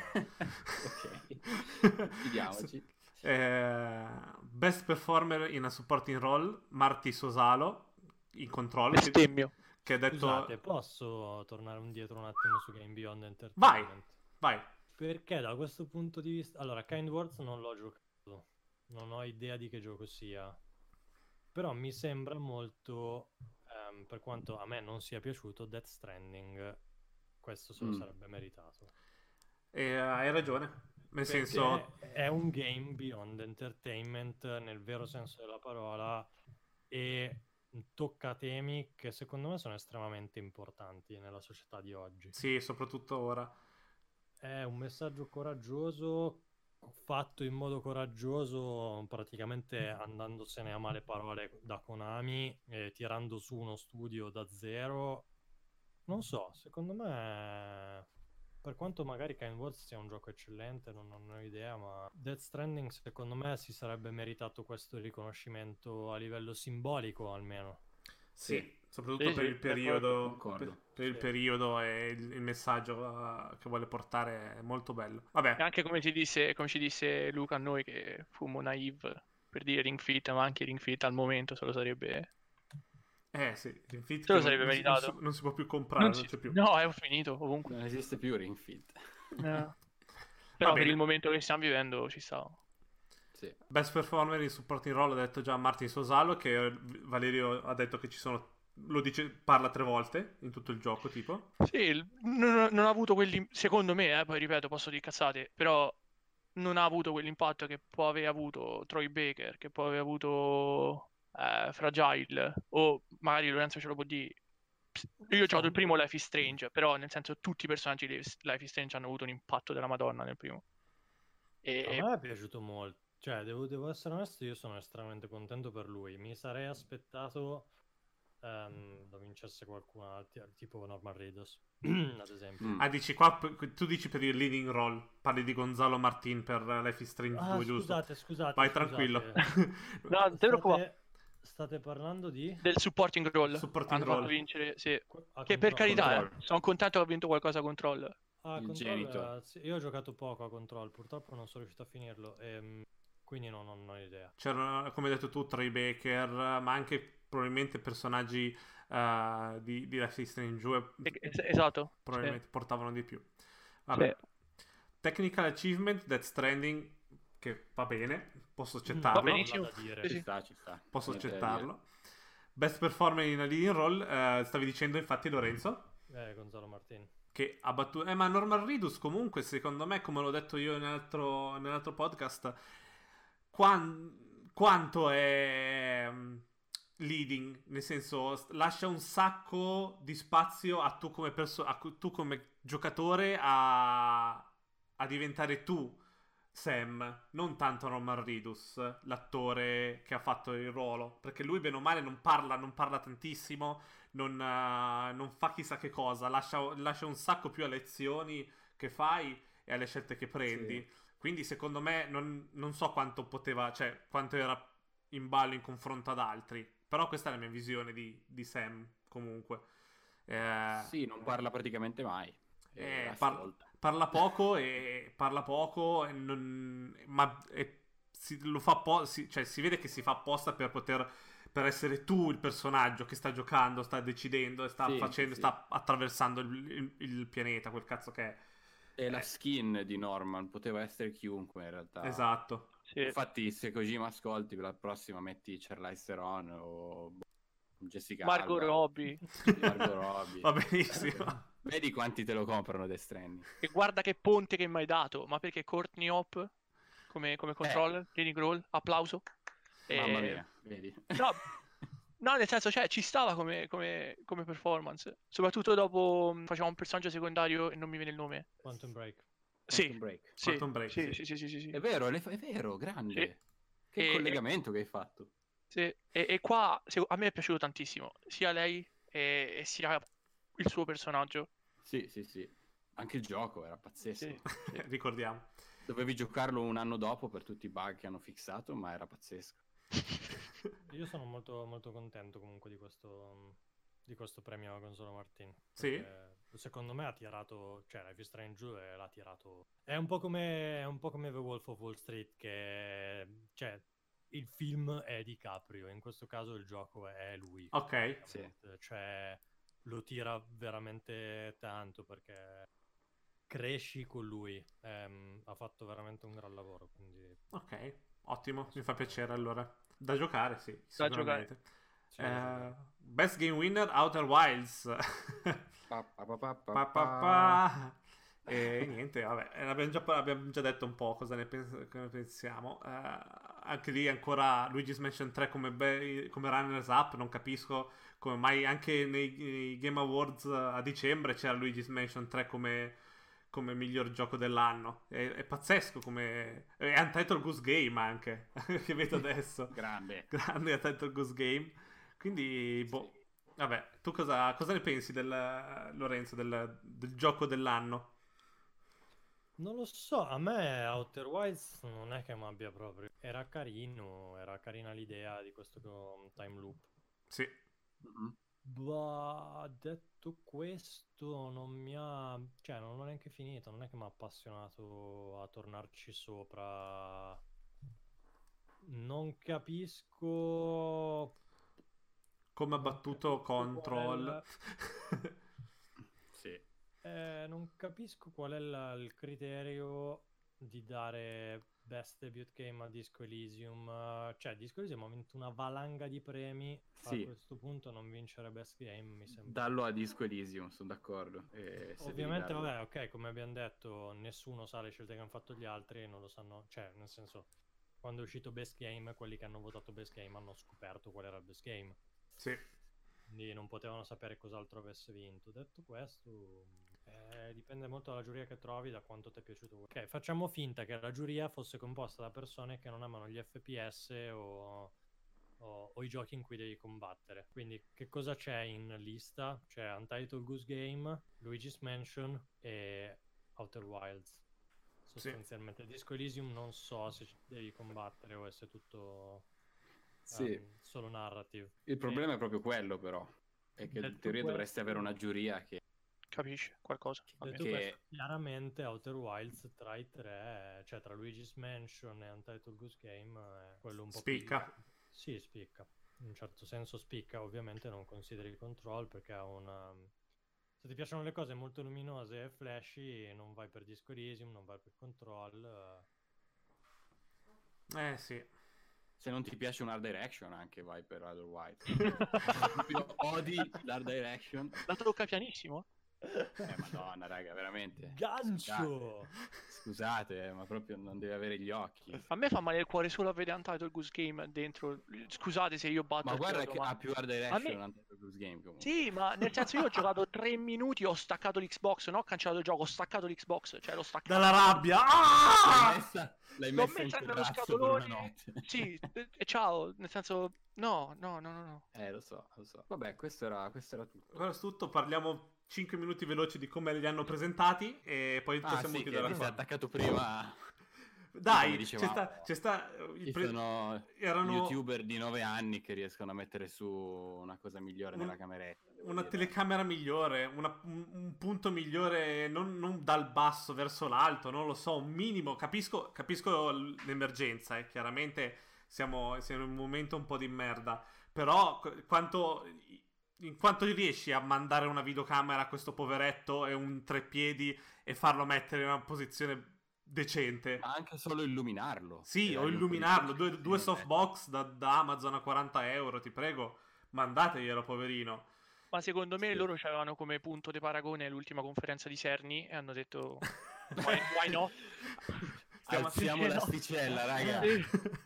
[SPEAKER 5] Ok. Fidiamoci.
[SPEAKER 2] Best Performer in a Supporting Role, Marty Sosalo, in Control,
[SPEAKER 3] Bestemmio.
[SPEAKER 2] che ha detto...
[SPEAKER 4] Scusate, posso tornare indietro un attimo su Game Beyond Entertainment?
[SPEAKER 2] Vai.
[SPEAKER 4] Perché da questo punto di vista... Allora, Kind Words non l'ho giocato, non ho idea di che gioco sia, però mi sembra molto, per quanto a me non sia piaciuto, Death Stranding, questo se lo sarebbe meritato.
[SPEAKER 2] E hai ragione, nel
[SPEAKER 4] Perché
[SPEAKER 2] senso...
[SPEAKER 4] è un game beyond entertainment nel vero senso della parola e tocca temi che secondo me sono estremamente importanti nella società di oggi.
[SPEAKER 2] Sì, soprattutto ora.
[SPEAKER 4] È un messaggio coraggioso, fatto in modo coraggioso, praticamente andandosene a male parole da Konami, tirando su uno studio da zero. Non so, secondo me, per quanto magari Kind Words sia un gioco eccellente, non ho idea, ma Death Stranding secondo me si sarebbe meritato questo riconoscimento a livello simbolico almeno.
[SPEAKER 2] Sì, soprattutto
[SPEAKER 3] Sì,
[SPEAKER 2] per
[SPEAKER 3] sì,
[SPEAKER 2] il periodo,
[SPEAKER 5] concordo.
[SPEAKER 2] per il
[SPEAKER 4] Sì.
[SPEAKER 2] periodo e il messaggio che vuole portare è molto bello. Vabbè,
[SPEAKER 3] E anche come ci disse Luca a noi che fummo naive per dire Ring Fit, ma anche Ring Fit al momento se lo sarebbe...
[SPEAKER 2] sì, Ring
[SPEAKER 3] Se lo sarebbe meritato.
[SPEAKER 2] non si può più comprare, non c'è più.
[SPEAKER 3] No, è finito ovunque.
[SPEAKER 5] Non esiste più Ring Fit.
[SPEAKER 3] No. Però per
[SPEAKER 2] bene.
[SPEAKER 3] il momento che stiamo vivendo ci sta.
[SPEAKER 5] Sì.
[SPEAKER 2] Best performer in supporting role, ha detto già Martin Sosalo, che Valerio ha detto che ci sono, lo dice, parla 3 volte in tutto il gioco, tipo.
[SPEAKER 3] Sì, non ha avuto quelli, secondo me, poi ripeto, posso dire cazzate, però non ha avuto quell'impatto che può aver avuto Troy Baker, che può aver avuto Fragile, o magari Lorenzo ce lo può dire. Io ho giocato il primo Life is Strange, però nel senso tutti i personaggi di Life is Strange hanno avuto un impatto della Madonna nel primo.
[SPEAKER 4] A
[SPEAKER 3] E
[SPEAKER 4] me è piaciuto molto, cioè devo essere onesto, io sono estremamente contento per lui. Mi sarei aspettato lo vincesse qualcun altro, tipo Norman Reedus, ad esempio.
[SPEAKER 2] Ah, dici qua, tu dici per il leading role, parli di Gonzalo Martin per Life is Strange 2, giusto?
[SPEAKER 4] Scusate.
[SPEAKER 2] Vai tranquillo.
[SPEAKER 3] no, non ti preoccupare.
[SPEAKER 4] State parlando di...
[SPEAKER 3] Del supporting role
[SPEAKER 2] Supporting
[SPEAKER 3] hanno fatto
[SPEAKER 2] role.
[SPEAKER 3] vincere, sì.
[SPEAKER 4] a
[SPEAKER 3] Che per
[SPEAKER 4] Control.
[SPEAKER 3] carità,
[SPEAKER 5] Control.
[SPEAKER 3] sono contento che ha vinto qualcosa a Control.
[SPEAKER 4] A
[SPEAKER 5] Il
[SPEAKER 4] Control,
[SPEAKER 5] Genitor.
[SPEAKER 4] sì, io ho giocato poco a Control, purtroppo non sono riuscito a finirlo, quindi non ho idea.
[SPEAKER 2] C'erano, come hai detto tu, Troy Baker, ma anche probabilmente personaggi di Life is Strange 2
[SPEAKER 3] Esatto.
[SPEAKER 2] probabilmente portavano di più. Vabbè. Technical Achievement, Death Stranding, che va bene, posso accettarlo.
[SPEAKER 3] Va benissimo.
[SPEAKER 4] Nulla da dire.
[SPEAKER 3] Sì,
[SPEAKER 5] Ci sta, ci sta.
[SPEAKER 2] Posso
[SPEAKER 5] Niente da
[SPEAKER 2] accettarlo. Best performer in a leading role, stavi dicendo infatti Lorenzo,
[SPEAKER 4] Gonzalo Martin.
[SPEAKER 2] che ha battuto... ma Norman Reedus comunque, secondo me, come l'ho detto io nell'altro podcast, quanto è leading, nel senso lascia un sacco di spazio a tu come giocatore a diventare tu Sam, non tanto Norman Reedus, l'attore che ha fatto il ruolo, perché lui bene o male non parla tantissimo, non fa chissà che cosa, lascia un sacco più alle azioni che fai e alle scelte che prendi.
[SPEAKER 5] Sì.
[SPEAKER 2] Quindi secondo me non so quanto poteva, cioè quanto era in ballo in confronto ad altri, però questa è la mia visione di Sam comunque.
[SPEAKER 5] Sì, non parla praticamente mai. Ascolta.
[SPEAKER 2] Parla poco e lo fa cioè si vede che si fa apposta per essere tu il personaggio che sta giocando, sta decidendo, sta
[SPEAKER 5] Sì,
[SPEAKER 2] facendo,
[SPEAKER 5] sì.
[SPEAKER 2] sta attraversando il pianeta, quel cazzo che è.
[SPEAKER 5] E la skin di Norman poteva essere chiunque in realtà.
[SPEAKER 2] Esatto.
[SPEAKER 3] sì.
[SPEAKER 5] Infatti, se Kojima ascolti, per la prossima metti Charlize Theron o Jessica
[SPEAKER 3] Margot
[SPEAKER 5] Alba.
[SPEAKER 3] Robbie.
[SPEAKER 5] Margot Robbie.
[SPEAKER 2] Va benissimo.
[SPEAKER 5] Vedi quanti te lo comprano Death Stranding.
[SPEAKER 3] E guarda che ponte che mi hai dato. Ma perché Courtney Hop come controller? Danny Grohl, applauso.
[SPEAKER 5] Mamma mia, vedi.
[SPEAKER 3] No, nel senso, cioè, ci stava come performance. Soprattutto dopo facciamo un personaggio secondario e non mi viene il nome.
[SPEAKER 4] Quantum Break.
[SPEAKER 3] Sì,
[SPEAKER 5] Quantum Break.
[SPEAKER 3] sì,
[SPEAKER 2] Quantum Break,
[SPEAKER 3] sì,
[SPEAKER 2] sì.
[SPEAKER 3] sì.
[SPEAKER 5] È vero, è vero, grande.
[SPEAKER 3] Sì.
[SPEAKER 5] Che
[SPEAKER 3] E-
[SPEAKER 5] collegamento che hai fatto.
[SPEAKER 3] Sì. E qua a me è piaciuto tantissimo, sia lei e sia il suo personaggio.
[SPEAKER 5] Sì. Anche il gioco era pazzesco.
[SPEAKER 3] Sì.
[SPEAKER 2] Ricordiamo.
[SPEAKER 5] Dovevi giocarlo un anno dopo per tutti i bug che hanno fissato, ma era pazzesco.
[SPEAKER 4] Io sono molto, molto contento comunque di questo premio a Gonzalo Martin.
[SPEAKER 2] Sì?
[SPEAKER 4] Perché secondo me ha tirato, cioè Life is Strange 2 l'ha tirato. È un po' come The Wolf of Wall Street, che cioè il film è DiCaprio, in questo caso il gioco è lui.
[SPEAKER 2] Ok.
[SPEAKER 5] Sì.
[SPEAKER 4] Cioè lo tira veramente tanto perché cresci con lui. Ha fatto veramente un gran lavoro, quindi
[SPEAKER 2] Ok, ottimo, mi fa piacere allora. Da giocare, sì,
[SPEAKER 3] Da
[SPEAKER 2] sicuramente.
[SPEAKER 4] sì, sì.
[SPEAKER 2] Best Game Winner, Outer Wilds. Pa, pa, pa. E niente, vabbè, abbiamo già detto un po' cosa ne pensiamo. Anche lì ancora Luigi's Mansion 3 come runners up, non capisco come mai anche nei Game Awards a dicembre c'era Luigi's Mansion 3 come miglior gioco dell'anno. È pazzesco come... È Untitled Goose Game anche, che vedo adesso.
[SPEAKER 5] Grande.
[SPEAKER 2] Grande Untitled Goose Game. Quindi, boh, vabbè, tu cosa ne pensi Lorenzo, del gioco dell'anno?
[SPEAKER 4] Non lo so, a me Outer Wilds non è che mi abbia proprio. Era carina l'idea di questo time loop.
[SPEAKER 2] Sì.
[SPEAKER 5] Mhm.
[SPEAKER 4] Bah, detto questo, non mi ha... cioè, non l'ho neanche finito, non è che mi ha appassionato a tornarci sopra. Non capisco...
[SPEAKER 2] Come ha
[SPEAKER 4] non
[SPEAKER 2] battuto
[SPEAKER 4] capisco
[SPEAKER 2] Control.
[SPEAKER 5] Sì.
[SPEAKER 4] non capisco qual è il criterio di dare Best Debut Game a Disco Elysium. Cioè, Disco Elysium ha vinto una valanga di premi.
[SPEAKER 5] Sì.
[SPEAKER 4] A questo punto non vincere Best Game mi sembra.
[SPEAKER 5] Dallo a Disco Elysium, sono d'accordo. Se devi
[SPEAKER 4] Ovviamente,
[SPEAKER 5] darlo-
[SPEAKER 4] vabbè, ok, come abbiamo detto, nessuno sa le scelte che hanno fatto gli altri e non lo sanno. Cioè, nel senso, quando è uscito Best Game, quelli che hanno votato Best Game hanno scoperto qual era il Best Game.
[SPEAKER 2] Sì.
[SPEAKER 4] Quindi non potevano sapere cos'altro avesse vinto. Detto questo, dipende molto dalla giuria che trovi, da quanto ti è piaciuto. Ok, facciamo finta che la giuria fosse composta da persone che non amano gli FPS o i giochi in cui devi combattere. Quindi che cosa c'è in lista? C'è Untitled Goose Game, Luigi's Mansion e Outer Wilds. Sostanzialmente Disco Elysium non so se devi combattere o se è tutto
[SPEAKER 5] Sì.
[SPEAKER 4] solo narrative.
[SPEAKER 5] Il problema è proprio quello, però. È che in
[SPEAKER 4] Detto
[SPEAKER 5] teoria
[SPEAKER 4] questo-
[SPEAKER 5] dovresti avere una giuria che...
[SPEAKER 3] Capisci qualcosa?
[SPEAKER 4] Detto
[SPEAKER 5] Che-
[SPEAKER 4] questo, chiaramente Outer Wilds tra i tre, cioè tra Luigi's Mansion e Untitled Goose Game, è quello un po'
[SPEAKER 2] Spicca.
[SPEAKER 4] più... Sì, spicca. In un certo senso spicca, ovviamente non consideri il control perché ha una... Se ti piacciono le cose molto luminose e flashy, non vai per Disco Elysium, non vai per control.
[SPEAKER 2] Sì.
[SPEAKER 5] Se non ti piace un art direction anche vai per Otherwise. Proprio odi l'art direction.
[SPEAKER 3] La tocca pianissimo?
[SPEAKER 5] Madonna, raga, veramente.
[SPEAKER 4] Gancio!
[SPEAKER 5] Scusate, ma proprio non devi avere gli occhi.
[SPEAKER 3] A me fa male il cuore solo a vedere Untitled Goose Game dentro. Scusate se io batto
[SPEAKER 5] Ma
[SPEAKER 3] il
[SPEAKER 5] guarda
[SPEAKER 3] chiodo,
[SPEAKER 5] che
[SPEAKER 3] ma...
[SPEAKER 5] ha più art
[SPEAKER 3] A
[SPEAKER 5] direction
[SPEAKER 3] me-
[SPEAKER 5] Untitled Goose Game comunque.
[SPEAKER 3] Sì, ma nel senso io ho giocato 3 minuti, ho staccato l'Xbox, non ho cancellato il gioco, ho staccato l'Xbox, cioè l'ho staccato.
[SPEAKER 2] Dalla rabbia.
[SPEAKER 5] L'hai
[SPEAKER 2] Ah!
[SPEAKER 5] messa, l'hai
[SPEAKER 3] L'ho
[SPEAKER 5] messa in
[SPEAKER 3] messa nello
[SPEAKER 5] terrazzo per una
[SPEAKER 3] scatolone.
[SPEAKER 5] notte.
[SPEAKER 3] Sì, e ciao, nel senso... No.
[SPEAKER 5] Lo so. Vabbè, questo era tutto.
[SPEAKER 2] Questo è tutto, parliamo 5 minuti veloci di come li hanno presentati e poi possiamo
[SPEAKER 5] Sì, che
[SPEAKER 2] chiudere
[SPEAKER 5] ti sei
[SPEAKER 2] qua.
[SPEAKER 5] attaccato prima.
[SPEAKER 2] Dai,
[SPEAKER 5] come dicevamo,
[SPEAKER 2] c'è sta
[SPEAKER 5] Ci sono
[SPEAKER 2] erano
[SPEAKER 5] youtuber di 9 anni che riescono a mettere su una cosa migliore nella cameretta. devo
[SPEAKER 2] una
[SPEAKER 5] dire.
[SPEAKER 2] telecamera migliore, un punto migliore, non dal basso verso l'alto, non lo so, un minimo. Capisco l'emergenza, chiaramente siamo in un momento un po' di merda, però in quanto riesci a mandare una videocamera a questo poveretto e un treppiedi e farlo mettere in una posizione decente?
[SPEAKER 5] Ma anche solo illuminarlo.
[SPEAKER 2] Sì,
[SPEAKER 5] E
[SPEAKER 2] o
[SPEAKER 5] dargli un po' di
[SPEAKER 2] illuminarlo,
[SPEAKER 5] precisione,
[SPEAKER 2] due softbox da Amazon a 40 euro, ti prego, mandateglielo, poverino.
[SPEAKER 3] Ma secondo me
[SPEAKER 5] Sì.
[SPEAKER 3] loro avevano come punto di paragone l'ultima conferenza di Cerny e hanno detto why not?
[SPEAKER 5] Alziamo l'asticella, raga.
[SPEAKER 3] Sì.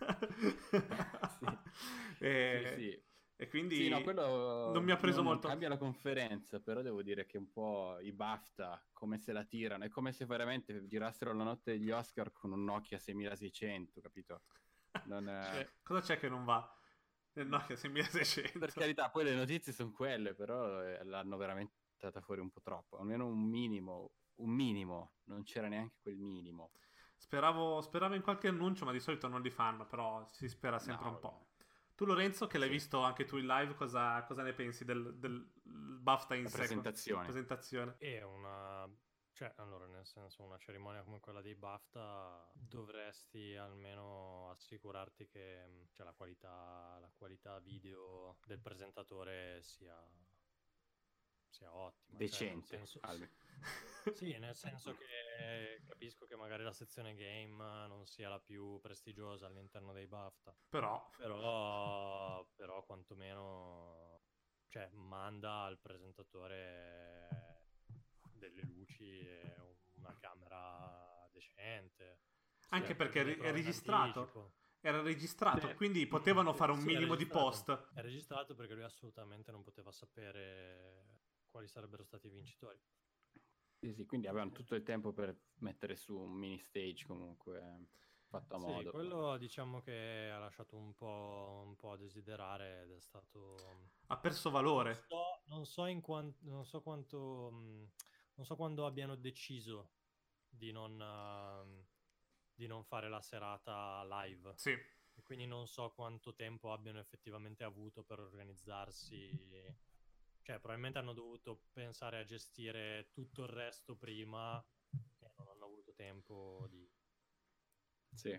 [SPEAKER 5] Sì.
[SPEAKER 2] E quindi
[SPEAKER 5] Sì, no, quello
[SPEAKER 2] non mi ha preso molto.
[SPEAKER 5] cambia la conferenza, però devo dire che un po' i BAFTA, come se la tirano, è come se veramente girassero la notte degli Oscar con un Nokia 6600, capito?
[SPEAKER 3] Sì.
[SPEAKER 2] Cosa c'è che non va? Nel Nokia 6600.
[SPEAKER 5] Per carità, poi le notizie sono quelle, però l'hanno veramente tirata fuori un po' troppo, almeno un minimo, non c'era neanche quel minimo.
[SPEAKER 2] Speravo in qualche annuncio, ma di solito non li fanno, però si spera sempre un po'.
[SPEAKER 5] Vabbè.
[SPEAKER 2] Tu Lorenzo, che l'hai
[SPEAKER 5] Sì.
[SPEAKER 2] visto anche tu in live, cosa ne pensi del BAFTA in
[SPEAKER 5] La
[SPEAKER 2] sé?
[SPEAKER 5] presentazione.
[SPEAKER 4] E cioè, allora, nel senso, una cerimonia come quella dei BAFTA dovresti almeno assicurarti che la qualità video del presentatore sia ottima.
[SPEAKER 5] Decente.
[SPEAKER 4] Cioè, nel senso,
[SPEAKER 5] almeno.
[SPEAKER 4] sì, nel senso che capisco che magari la sezione game non sia la più prestigiosa all'interno dei BAFTA.
[SPEAKER 2] Però
[SPEAKER 4] Però quantomeno manda al presentatore delle luci e una camera decente.
[SPEAKER 2] anche
[SPEAKER 4] Sì,
[SPEAKER 2] perché
[SPEAKER 4] prove
[SPEAKER 2] è
[SPEAKER 4] in
[SPEAKER 2] registrato.
[SPEAKER 4] anticipo.
[SPEAKER 2] Era registrato,
[SPEAKER 3] Sì.
[SPEAKER 2] quindi potevano fare un
[SPEAKER 4] Sì, è
[SPEAKER 2] minimo di
[SPEAKER 4] registrato.
[SPEAKER 2] post.
[SPEAKER 4] È registrato perché lui assolutamente non poteva sapere quali sarebbero stati i vincitori.
[SPEAKER 5] Sì, quindi avevano tutto il tempo per mettere su un mini stage comunque fatto a
[SPEAKER 4] Sì,
[SPEAKER 5] modo.
[SPEAKER 4] quello diciamo che ha lasciato un po' a desiderare ed è stato...
[SPEAKER 2] Ha perso valore.
[SPEAKER 4] Non so quando abbiano deciso di non fare la serata live.
[SPEAKER 2] Sì.
[SPEAKER 4] E quindi non so quanto tempo abbiano effettivamente avuto per organizzarsi. Cioè, probabilmente hanno dovuto pensare a gestire tutto il resto prima e non hanno avuto tempo di...
[SPEAKER 5] Sì.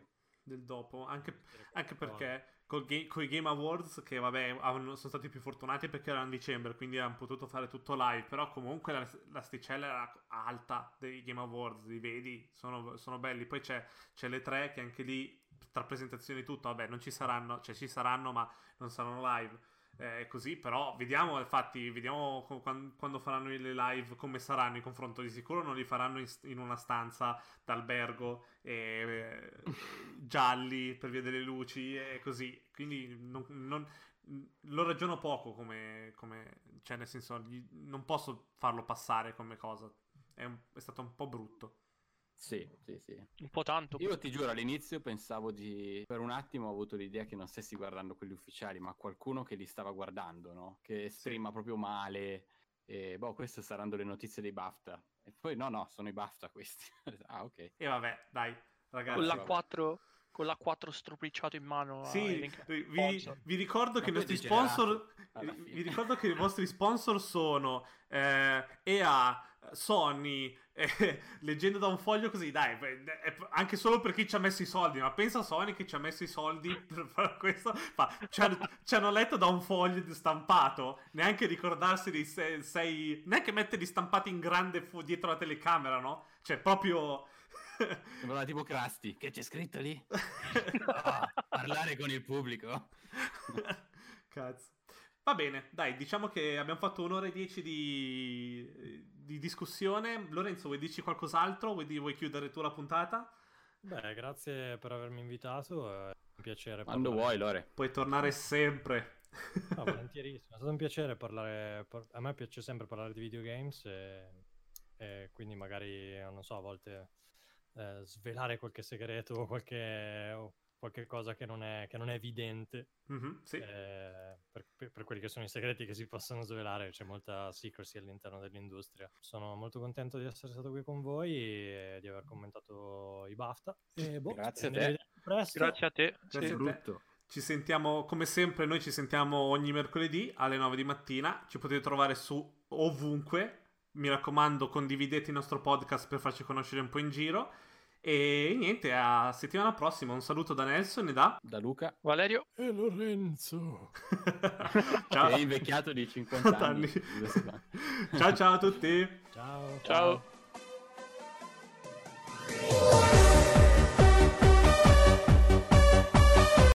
[SPEAKER 2] del dopo, anche perché con i Game Awards, che vabbè sono stati più fortunati perché erano a dicembre, quindi hanno potuto fare tutto live, però comunque l'asticella era alta dei Game Awards, li vedi, sono belli. Poi c'è le 3 che anche lì, tra presentazioni e tutto, vabbè non ci saranno, cioè ci saranno ma non saranno live. Così, però vediamo quando faranno le live come saranno in confronto. Di sicuro non li faranno in una stanza d'albergo gialli per via delle luci e così, quindi lo ragiono poco come cioè nel senso non posso farlo passare come cosa, è stato un po' brutto.
[SPEAKER 5] Sì.
[SPEAKER 3] Un po' tanto.
[SPEAKER 5] Io ti giuro, all'inizio pensavo per un attimo ho avuto l'idea che non stessi guardando quelli ufficiali, ma qualcuno che li stava guardando, no? Che esprima proprio male. E queste saranno le notizie dei BAFTA. E poi no, sono i BAFTA questi. Ah, ok.
[SPEAKER 2] E vabbè, dai, ragazzi.
[SPEAKER 3] Con l'A4 stropicciato in mano.
[SPEAKER 2] Sì, vi ricordo che i nostri sponsor. Vi ricordo che i vostri sponsor sono EA, Sony, leggendo da un foglio così, dai, anche solo per chi ci ha messo i soldi, ma pensa a Sony che ci ha messo i soldi per fare questo, ci hanno letto da un foglio stampato, neanche ricordarsi dei sei, neanche metterli stampati in grande dietro la telecamera, no? Cioè proprio...
[SPEAKER 5] Sembrava tipo Krusty. Che c'è scritto lì? Parlare con il pubblico.
[SPEAKER 2] Cazzo. Va bene, dai, diciamo che abbiamo fatto 1 ora e 10 di discussione. Lorenzo, vuoi dirci qualcos'altro? Vuoi chiudere tu la puntata?
[SPEAKER 4] Beh, grazie per avermi invitato, è un piacere
[SPEAKER 5] Quando vuoi, Lore.
[SPEAKER 2] Puoi tornare sempre.
[SPEAKER 4] No, volentierissimo, è stato un piacere parlare, a me piace sempre parlare di videogames e quindi magari, non so, a volte svelare qualche segreto o qualche cosa che non è evidente.
[SPEAKER 2] Sì.
[SPEAKER 4] Per quelli che sono i segreti che si possono svelare, c'è molta secrecy all'interno dell'industria. Sono molto contento di essere stato qui con voi e di aver commentato i BAFTA.
[SPEAKER 5] Grazie a te.
[SPEAKER 3] Grazie a te.
[SPEAKER 2] Grazie a te.
[SPEAKER 5] Brutto.
[SPEAKER 2] Ci sentiamo come sempre, noi ci sentiamo ogni mercoledì alle 9 di mattina, ci potete trovare su ovunque, mi raccomando condividete il nostro podcast per farci conoscere un po' in giro e niente, a settimana prossima, un saluto da Nelson e da
[SPEAKER 5] Luca,
[SPEAKER 3] Valerio
[SPEAKER 4] e Lorenzo.
[SPEAKER 2] Ciao.
[SPEAKER 5] che è invecchiato di 50 anni.
[SPEAKER 2] Ciao a tutti.
[SPEAKER 4] Ciao.
[SPEAKER 3] Ciao.